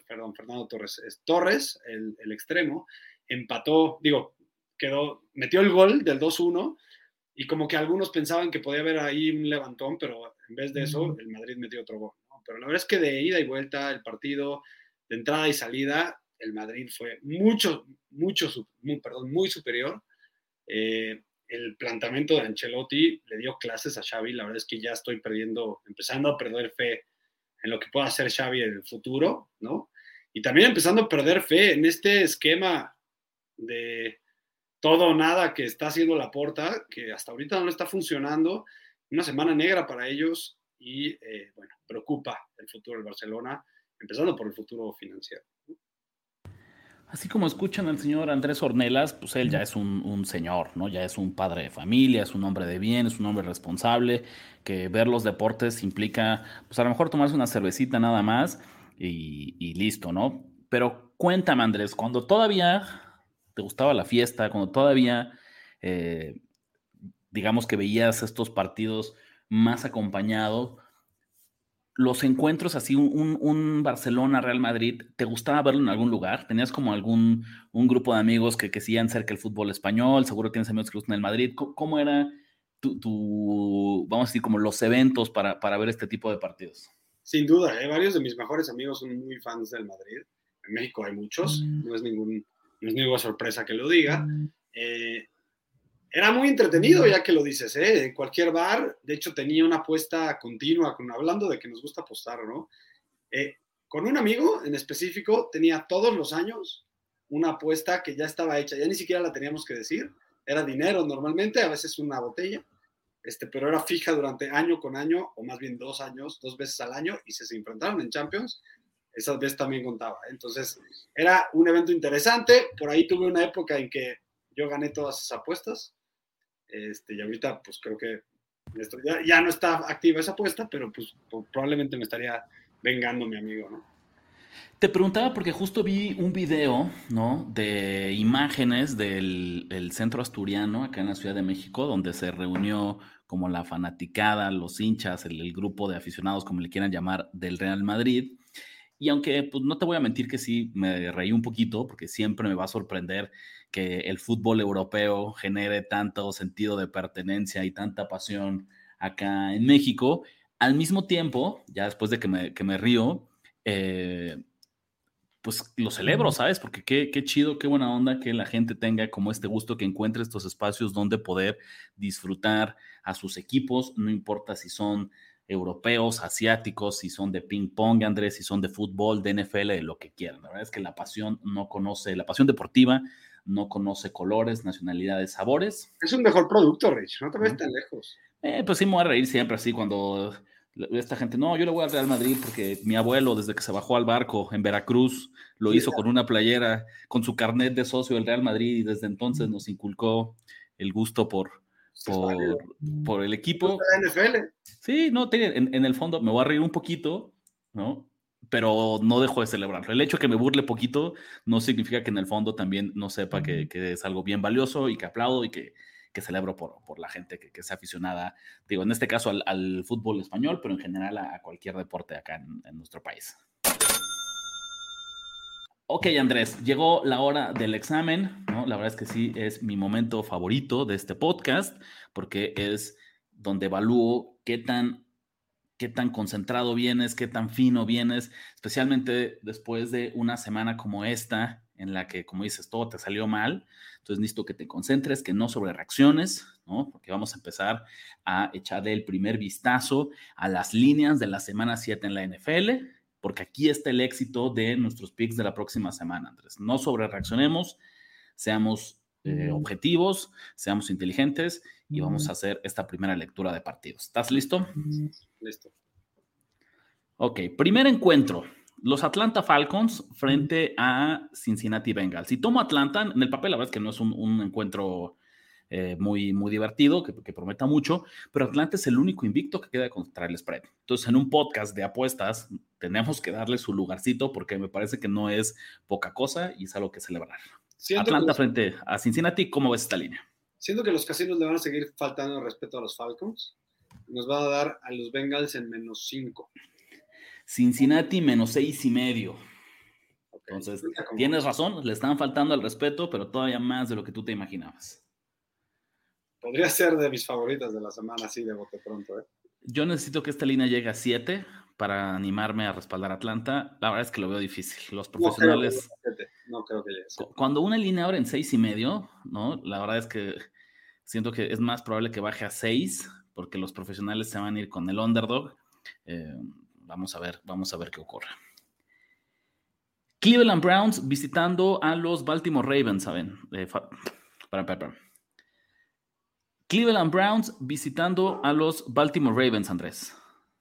el extremo, empató, metió el gol del 2-1 y como que algunos pensaban que podía haber ahí un levantón, pero en vez de eso, el Madrid metió otro gol, ¿no? Pero la verdad es que de ida y vuelta, el partido, de entrada y salida, el Madrid fue muy superior. El planteamiento de Ancelotti le dio clases a Xavi. La verdad es que ya estoy empezando a perder fe en lo que pueda hacer Xavi en el futuro, ¿no? Y también empezando a perder fe en este esquema de todo o nada que está haciendo Laporta, que hasta ahorita no está funcionando. Una semana negra para ellos y, bueno, preocupa el futuro del Barcelona, empezando por el futuro financiero. Así como escuchan al señor Andrés Ornelas, pues él ya es un señor, ¿no? Ya es un padre de familia, es un hombre de bien, es un hombre responsable, que ver los deportes implica, pues a lo mejor tomarse una cervecita nada más y listo, ¿no? Pero cuéntame, Andrés, cuando todavía te gustaba la fiesta, cuando todavía, digamos que veías estos partidos más acompañado, los encuentros así, un Barcelona-Real Madrid, ¿te gustaba verlo en algún lugar? ¿Tenías como un grupo de amigos que seguían cerca el fútbol español? Seguro tienes amigos que gustan el Madrid. ¿Cómo era vamos a decir, como los eventos para ver este tipo de partidos? Sin duda, varios de mis mejores amigos son muy fans del Madrid. En México hay muchos, no es ninguna sorpresa que lo diga. Era muy entretenido, ya que lo dices, en cualquier bar. De hecho, tenía una apuesta continua, hablando de que nos gusta apostar, ¿no? Con un amigo en específico, tenía todos los años una apuesta que ya estaba hecha, ya ni siquiera la teníamos que decir, era dinero normalmente, a veces una botella, pero era fija durante año con año, o más bien 2 años, 2 veces al año, y se enfrentaron en Champions, esa vez también contaba. Entonces, era un evento interesante. Por ahí tuve una época en que yo gané todas esas apuestas, y ahorita pues creo que ya no está activa esa apuesta, pero pues probablemente me estaría vengando mi amigo, ¿no? Te preguntaba porque justo vi un video, ¿no? De imágenes del centro asturiano acá en la Ciudad de México, donde se reunió como la fanaticada, los hinchas, el grupo de aficionados, como le quieran llamar, del Real Madrid. Y aunque pues, no te voy a mentir que sí me reí un poquito, porque siempre me va a sorprender que el fútbol europeo genere tanto sentido de pertenencia y tanta pasión acá en México. Al mismo tiempo, ya después de que me río, pues lo celebro, ¿sabes? Porque qué chido, qué buena onda que la gente tenga como este gusto, que encuentre estos espacios donde poder disfrutar a sus equipos, no importa si son europeos, asiáticos, si son de ping pong, Andrés, si son de fútbol, de NFL, de lo que quieran. La verdad es que la pasión deportiva no conoce colores, nacionalidades, sabores. Es un mejor producto, Rich, no te ves tan lejos. Pues sí, me voy a reír siempre así cuando esta gente, no, yo le voy al Real Madrid porque mi abuelo, desde que se bajó al barco en Veracruz, lo hizo con una playera, con su carnet de socio del Real Madrid, y desde entonces nos inculcó el gusto por el equipo. La NFL. Sí, no, en el fondo me voy a reír un poquito, ¿no? Pero no dejo de celebrarlo. El hecho de que me burle poquito no significa que en el fondo también no sepa que es algo bien valioso y que aplaudo y que celebro por la gente que es aficionada, digo, en este caso al fútbol español, pero en general a cualquier deporte acá en nuestro país. Ok, Andrés, llegó la hora del examen, ¿no? La verdad es que sí, es mi momento favorito de este podcast, porque es donde evalúo qué tan concentrado vienes, qué tan fino vienes, especialmente después de una semana como esta, en la que, como dices, todo te salió mal. Entonces necesito que te concentres, que no sobre reacciones, ¿no? Porque vamos a empezar a echarle el primer vistazo a las líneas de la semana 7 en la NFL, porque aquí está el éxito de nuestros picks de la próxima semana, Andrés. No sobre reaccionemos, seamos objetivos, seamos inteligentes y vamos a hacer esta primera lectura de partidos. ¿Estás listo? Listo. Ok, primer encuentro. Los Atlanta Falcons frente a Cincinnati Bengals. Si tomo Atlanta, en el papel la verdad es que no es un encuentro muy, muy divertido, que prometa mucho, pero Atlanta es el único invicto que queda contra el spread. Entonces, en un podcast de apuestas, tenemos que darle su lugarcito porque me parece que no es poca cosa y es algo que celebrar. Atlanta frente a Cincinnati, ¿cómo ves esta línea? Siento que los casinos le van a seguir faltando el respeto a los Falcons. Nos va a dar a los Bengals en -5. Cincinnati -6.5. Okay. Entonces, tienes razón, le están faltando el respeto, pero todavía más de lo que tú te imaginabas. Podría ser de mis favoritas de la semana, así de bote pronto. Yo necesito que esta línea llegue a 7 para animarme a respaldar a Atlanta. La verdad es que lo veo difícil. Los profesionales... No creo que llegue. Cuando una línea abre en 6.5, ¿no? La verdad es que siento que es más probable que baje a 6, porque los profesionales se van a ir con el underdog. Vamos a ver qué ocurre. Cleveland Browns visitando a los Baltimore Ravens, ¿saben? Cleveland Browns visitando a los Baltimore Ravens, Andrés.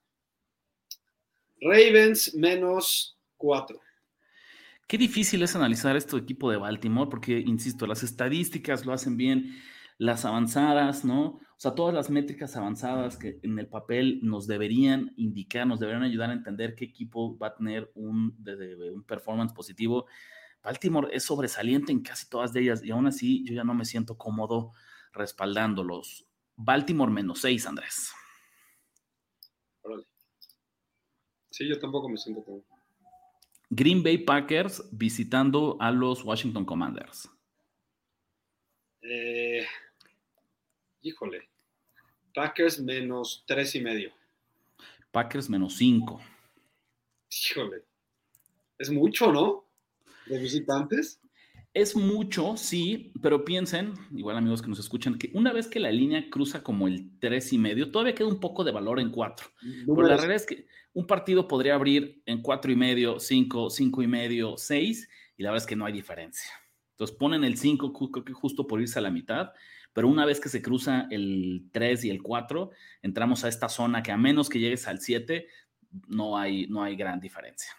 Ravens -4. Qué difícil es analizar este equipo de Baltimore porque, insisto, las estadísticas lo hacen bien, las avanzadas, ¿no? O sea, todas las métricas avanzadas que en el papel nos deberían indicar, nos deberían ayudar a entender qué equipo va a tener un performance positivo. Baltimore es sobresaliente en casi todas de ellas y aún así yo ya no me siento cómodo respaldándolos. Baltimore -6, Andrés. Órale. Sí, yo tampoco me siento cómodo. Green Bay Packers visitando a los Washington Commanders. Híjole. Packers -3.5. Packers -5. Híjole. Es mucho, ¿no? ¿De visitantes? Es mucho, sí, pero piensen, igual amigos que nos escuchan, que una vez que la línea cruza como el 3.5, todavía queda un poco de valor en 4. Pero la realidad es que un partido podría abrir en 4.5, 5, 5.5, 6, y la verdad es que no hay diferencia. Entonces ponen el 5, creo que justo por irse a la mitad, pero una vez que se cruza el 3 y el 4, entramos a esta zona que a menos que llegues al 7, no hay gran diferencia.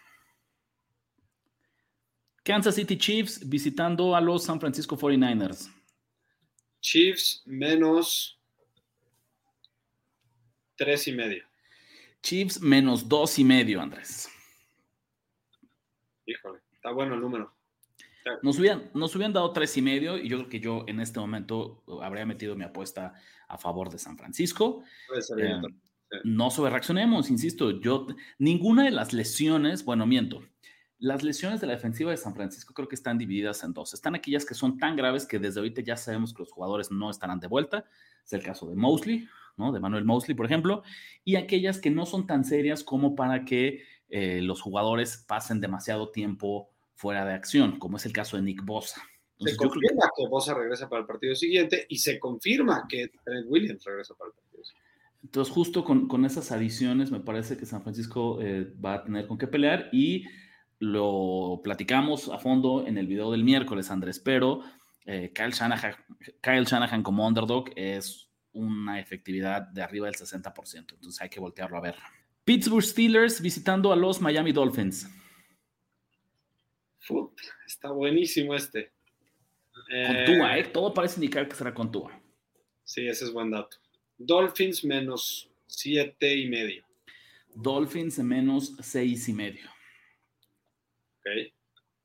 Kansas City Chiefs visitando a los San Francisco 49ers. Chiefs -3.5. Chiefs -2.5, Andrés. Híjole, está bueno el número. Nos hubieran dado 3.5 y yo creo que yo en este momento habría metido mi apuesta a favor de San Francisco. No sobrereaccionemos, insisto, ninguna de las lesiones, miento. Las lesiones de la defensiva de San Francisco creo que están divididas en dos. Están aquellas que son tan graves que desde ahorita ya sabemos que los jugadores no estarán de vuelta. Es el caso de Mosley, ¿no? De Manuel Mosley, por ejemplo. Y aquellas que no son tan serias como para que los jugadores pasen demasiado tiempo fuera de acción, como es el caso de Nick Bosa. Entonces, se confirma que Bosa regresa para el partido siguiente y se confirma que Trent Williams regresa para el partido siguiente. Entonces, justo con esas adiciones me parece que San Francisco va a tener con qué pelear y lo platicamos a fondo en el video del miércoles, Andrés, pero Kyle Shanahan como underdog es una efectividad de arriba del 60%, entonces hay que voltearlo a ver. Pittsburgh Steelers visitando a los Miami Dolphins. Está buenísimo este. Con Tua, todo parece indicar que será con Tua. Sí, ese es buen dato. Dolphins -7.5. Dolphins -6.5. Ok.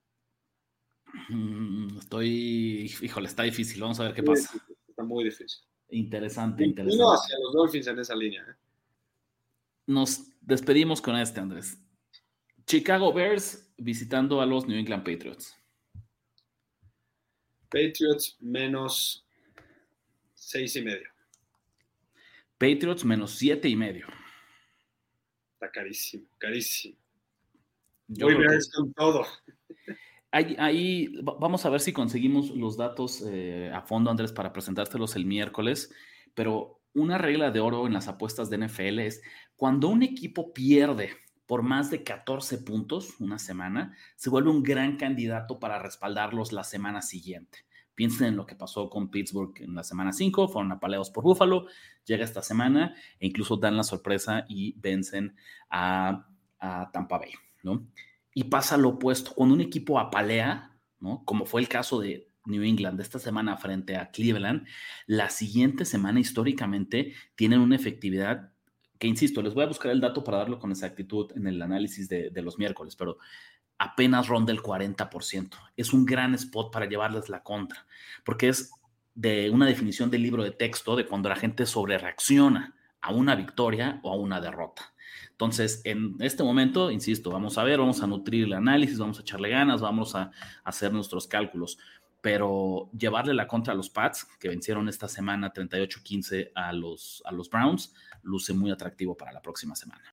Híjole, está difícil. Vamos a ver qué pasa. Está muy difícil. Interesante. Uno hacia los Dolphins en esa línea. Nos despedimos con Andrés. Chicago Bears visitando a los New England Patriots. Patriots -6.5. Patriots -7.5. Está carísimo, carísimo. Voy Bears con todo. Ahí vamos a ver si conseguimos los datos a fondo, Andrés, para presentárselos el miércoles. Pero una regla de oro en las apuestas de NFL es cuando un equipo pierde por más de 14 puntos una semana, se vuelve un gran candidato para respaldarlos la semana siguiente. Piensen en lo que pasó con Pittsburgh en la semana 5, fueron apaleados por Buffalo, llega esta semana e incluso dan la sorpresa y vencen a Tampa Bay, ¿no? y pasa lo opuesto. Cuando un equipo apalea, ¿no? Como fue el caso de New England esta semana frente a Cleveland, la siguiente semana históricamente tienen una efectividad que, insisto, les voy a buscar el dato para darlo con exactitud en el análisis de los miércoles, pero apenas ronda el 40%. Es un gran spot para llevarles la contra, porque es de una definición del libro de texto de cuando la gente sobrereacciona a una victoria o a una derrota. Entonces, en este momento, insisto, vamos a ver, vamos a nutrir el análisis, vamos a echarle ganas, vamos a hacer nuestros cálculos, pero llevarle la contra a los Pats, que vencieron esta semana 38-15 a los Browns, luce muy atractivo para la próxima semana.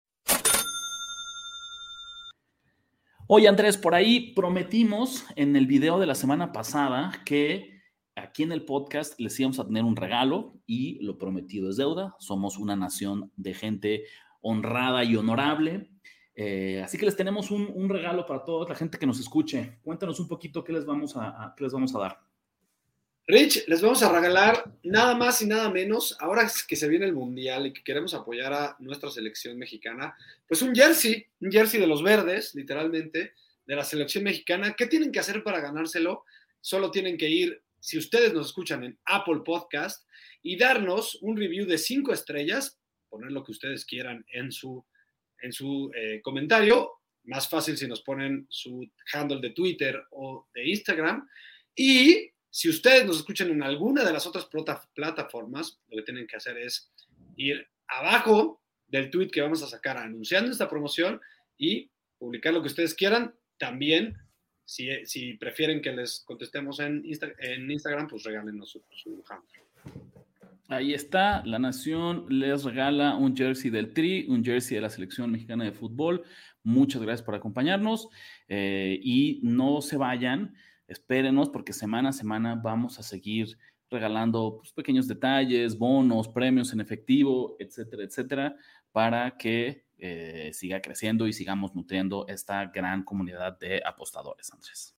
Oye, Andrés, por ahí prometimos en el video de la semana pasada que aquí en el podcast les íbamos a tener un regalo y lo prometido es deuda. Somos una nación de gente honrada y honorable. Así que les tenemos un regalo para toda la gente que nos escuche. Cuéntanos un poquito qué les vamos a dar. Rich, les vamos a regalar nada más y nada menos, ahora que se viene el Mundial y que queremos apoyar a nuestra selección mexicana, pues un jersey de los verdes, literalmente, de la selección mexicana. ¿Qué tienen que hacer para ganárselo? Solo tienen que ir, si ustedes nos escuchan en Apple Podcast, y darnos un review de 5 estrellas, poner lo que ustedes quieran en su comentario, más fácil si nos ponen su handle de Twitter o de Instagram, y si ustedes nos escuchan en alguna de las otras plataformas, lo que tienen que hacer es ir abajo del tweet que vamos a sacar anunciando esta promoción y publicar lo que ustedes quieran. También, si prefieren que les contestemos en Instagram, pues regálenos su handle. Ahí está, La Nación les regala un jersey del Tri, un jersey de la Selección Mexicana de Fútbol. Muchas gracias por acompañarnos y no se vayan. Espérenos porque semana a semana vamos a seguir regalando pues, pequeños detalles, bonos, premios en efectivo, etcétera, etcétera, para que siga creciendo y sigamos nutriendo esta gran comunidad de apostadores, Andrés.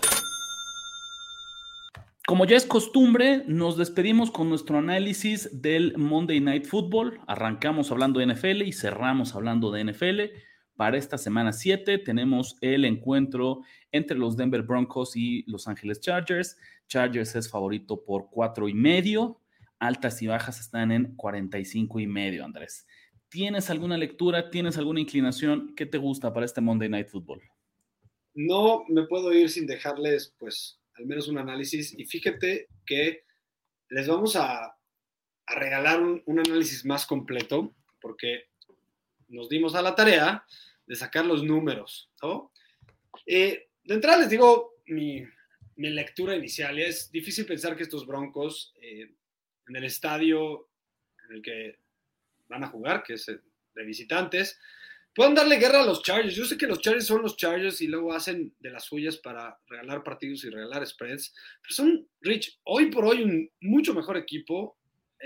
Como ya es costumbre, nos despedimos con nuestro análisis del Monday Night Football. Arrancamos hablando de NFL y cerramos hablando de NFL. Para esta semana 7 tenemos el encuentro entre los Denver Broncos y Los Ángeles Chargers. Chargers es favorito por 4.5. Altas y bajas están en 45.5, Andrés. ¿Tienes alguna lectura? ¿Tienes alguna inclinación? ¿Qué te gusta para este Monday Night Football? No me puedo ir sin dejarles, pues, al menos un análisis. Y fíjate que les vamos a regalar un análisis más completo porque nos dimos a la tarea de sacar los números, ¿no? De entrada les digo mi lectura inicial. Es difícil pensar que estos Broncos en el estadio en el que van a jugar, que es de visitantes, puedan darle guerra a los Chargers. Yo sé que los Chargers son los Chargers y luego hacen de las suyas para regalar partidos y regalar spreads, pero son, Rich, hoy por hoy un mucho mejor equipo.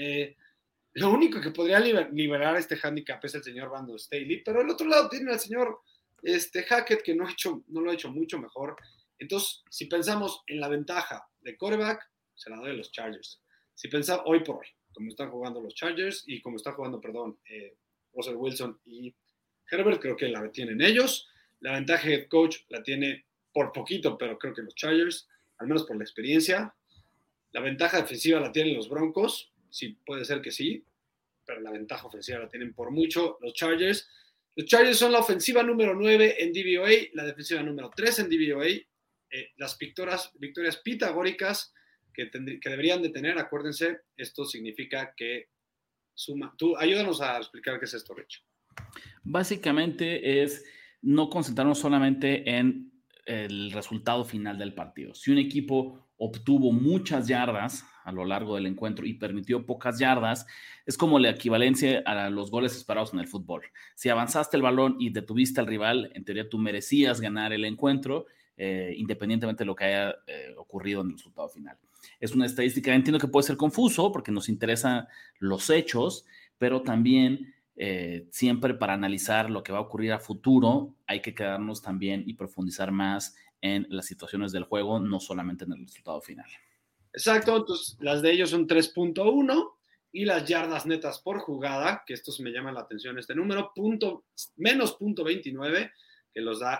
Lo único que podría liberar este handicap es el señor Brandon Staley, pero al otro lado tiene al señor Hackett, que no lo ha hecho mucho mejor. Entonces, si pensamos en la ventaja de quarterback, se la doy a los Chargers. Si pensamos hoy por hoy, como están jugando los Chargers y como está jugando, Russell Wilson y Herbert, creo que la tienen ellos. La ventaja de head coach la tiene por poquito, pero creo que los Chargers, al menos por la experiencia. La ventaja defensiva la tienen los Broncos. Sí, puede ser que sí, pero la ventaja ofensiva la tienen por mucho los Chargers. Los Chargers son la ofensiva número 9 en DVOA, la defensiva número 3 en DVOA. Las victorias pitagóricas que deberían de tener, acuérdense, esto significa que suma. Tú ayúdanos a explicar qué es esto, Rich. Básicamente es no concentrarnos solamente en el resultado final del partido. Si un equipo obtuvo muchas yardas a lo largo del encuentro y permitió pocas yardas, es como la equivalencia a los goles esperados en el fútbol. Si avanzaste el balón y detuviste al rival, en teoría tú merecías ganar el encuentro, independientemente de lo que haya ocurrido en el resultado final. Es una estadística, entiendo que puede ser confuso porque nos interesan los hechos, pero también siempre para analizar lo que va a ocurrir a futuro hay que quedarnos también y profundizar más en las situaciones del juego, no solamente en el resultado final. Exacto, entonces las de ellos son 3.1 y las yardas netas por jugada, que estos me llaman la atención este número, menos .29, que los da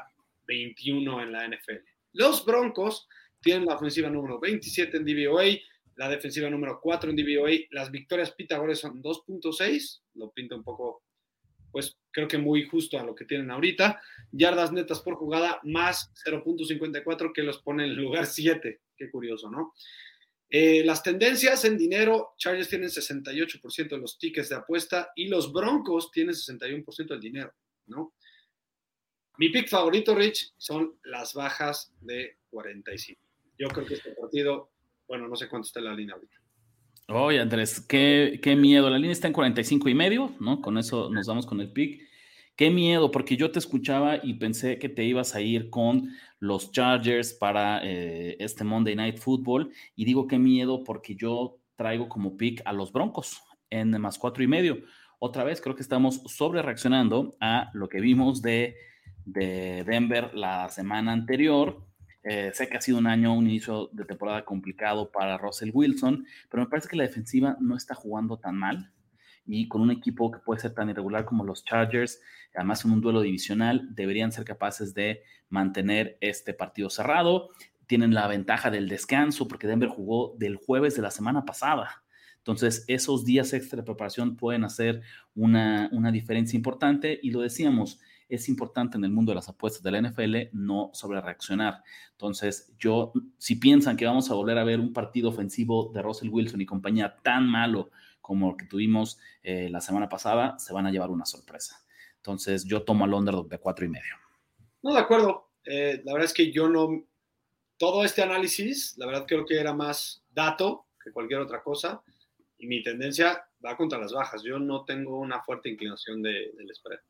21 en la NFL. Los Broncos tienen la ofensiva número 27 en DVOA, la defensiva número 4 en DVOA. Las victorias Pitagores son 2.6, lo pinta un poco, pues creo que muy justo a lo que tienen ahorita. Yardas netas por jugada más 0.54, que los pone en el lugar 7. Qué curioso, ¿no? Las tendencias en dinero, Chargers tienen 68% de los tickets de apuesta y los Broncos tienen 61% del dinero, ¿no? Mi pick favorito, Rich, son las bajas de 45. Yo creo que este partido, bueno, no sé cuánto está la línea ahorita. Oye, Andrés, qué miedo. La línea está en 45.5, ¿no? Con eso nos vamos con el pick. Qué miedo, porque yo te escuchaba y pensé que te ibas a ir con los Chargers para este Monday Night Football. Y digo qué miedo porque yo traigo como pick a los Broncos en más 4.5. Otra vez creo que estamos sobre reaccionando a lo que vimos de Denver la semana anterior. Sé que ha sido un inicio de temporada complicado para Russell Wilson, pero me parece que la defensiva no está jugando tan mal. Y con un equipo que puede ser tan irregular como los Chargers, además en un duelo divisional, deberían ser capaces de mantener este partido cerrado. Tienen la ventaja del descanso porque Denver jugó del jueves de la semana pasada. Entonces, esos días extra de preparación pueden hacer una diferencia importante. Y lo decíamos, es importante en el mundo de las apuestas de la NFL no sobre reaccionar. Entonces, si piensan que vamos a volver a ver un partido ofensivo de Russell Wilson y compañía tan malo como el que tuvimos la semana pasada, se van a llevar una sorpresa. Entonces, yo tomo al underdog de 4.5. No, de acuerdo. La verdad es que yo no... Todo este análisis, la verdad creo que era más dato que cualquier otra cosa. Y mi tendencia va contra las bajas. Yo no tengo una fuerte inclinación del spread.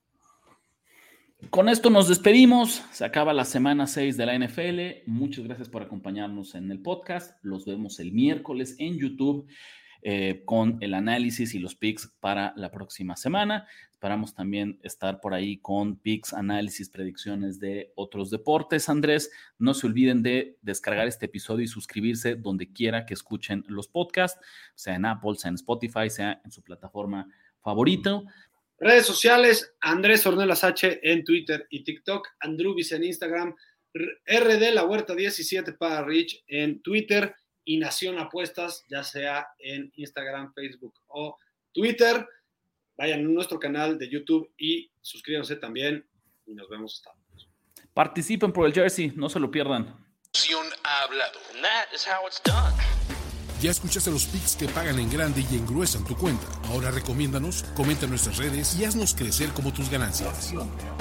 Con esto nos despedimos. Se acaba la semana 6 de la NFL. Muchas gracias por acompañarnos en el podcast. Los vemos el miércoles en YouTube con el análisis y los picks para la próxima semana. Esperamos también estar por ahí con picks, análisis, predicciones de otros deportes. Andrés, no se olviden de descargar este episodio y suscribirse donde quiera que escuchen los podcasts, sea en Apple, sea en Spotify, sea en su plataforma favorita. Redes sociales, Andrés Ornelas H en Twitter y TikTok, Andrubis en Instagram, RD La Huerta 17 para Rich en Twitter y Nación Apuestas, ya sea en Instagram, Facebook o Twitter. Vayan a nuestro canal de YouTube y suscríbanse también y nos vemos esta noche. Participen por el jersey, no se lo pierdan. Nación ha hablado. And that is how it's done. Ya escuchaste los picks que pagan en grande y engruesan tu cuenta. Ahora recomiéndanos, comenta en nuestras redes y haznos crecer como tus ganancias.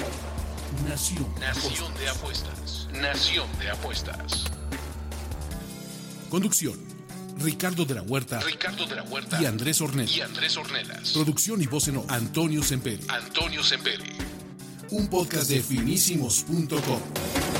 Nación de Apuestas. Nación de Apuestas. Conducción: Ricardo de la Huerta y Andrés Ornelas. Producción y voz en off: Antonio Sempere. Un podcast de finísimos.com.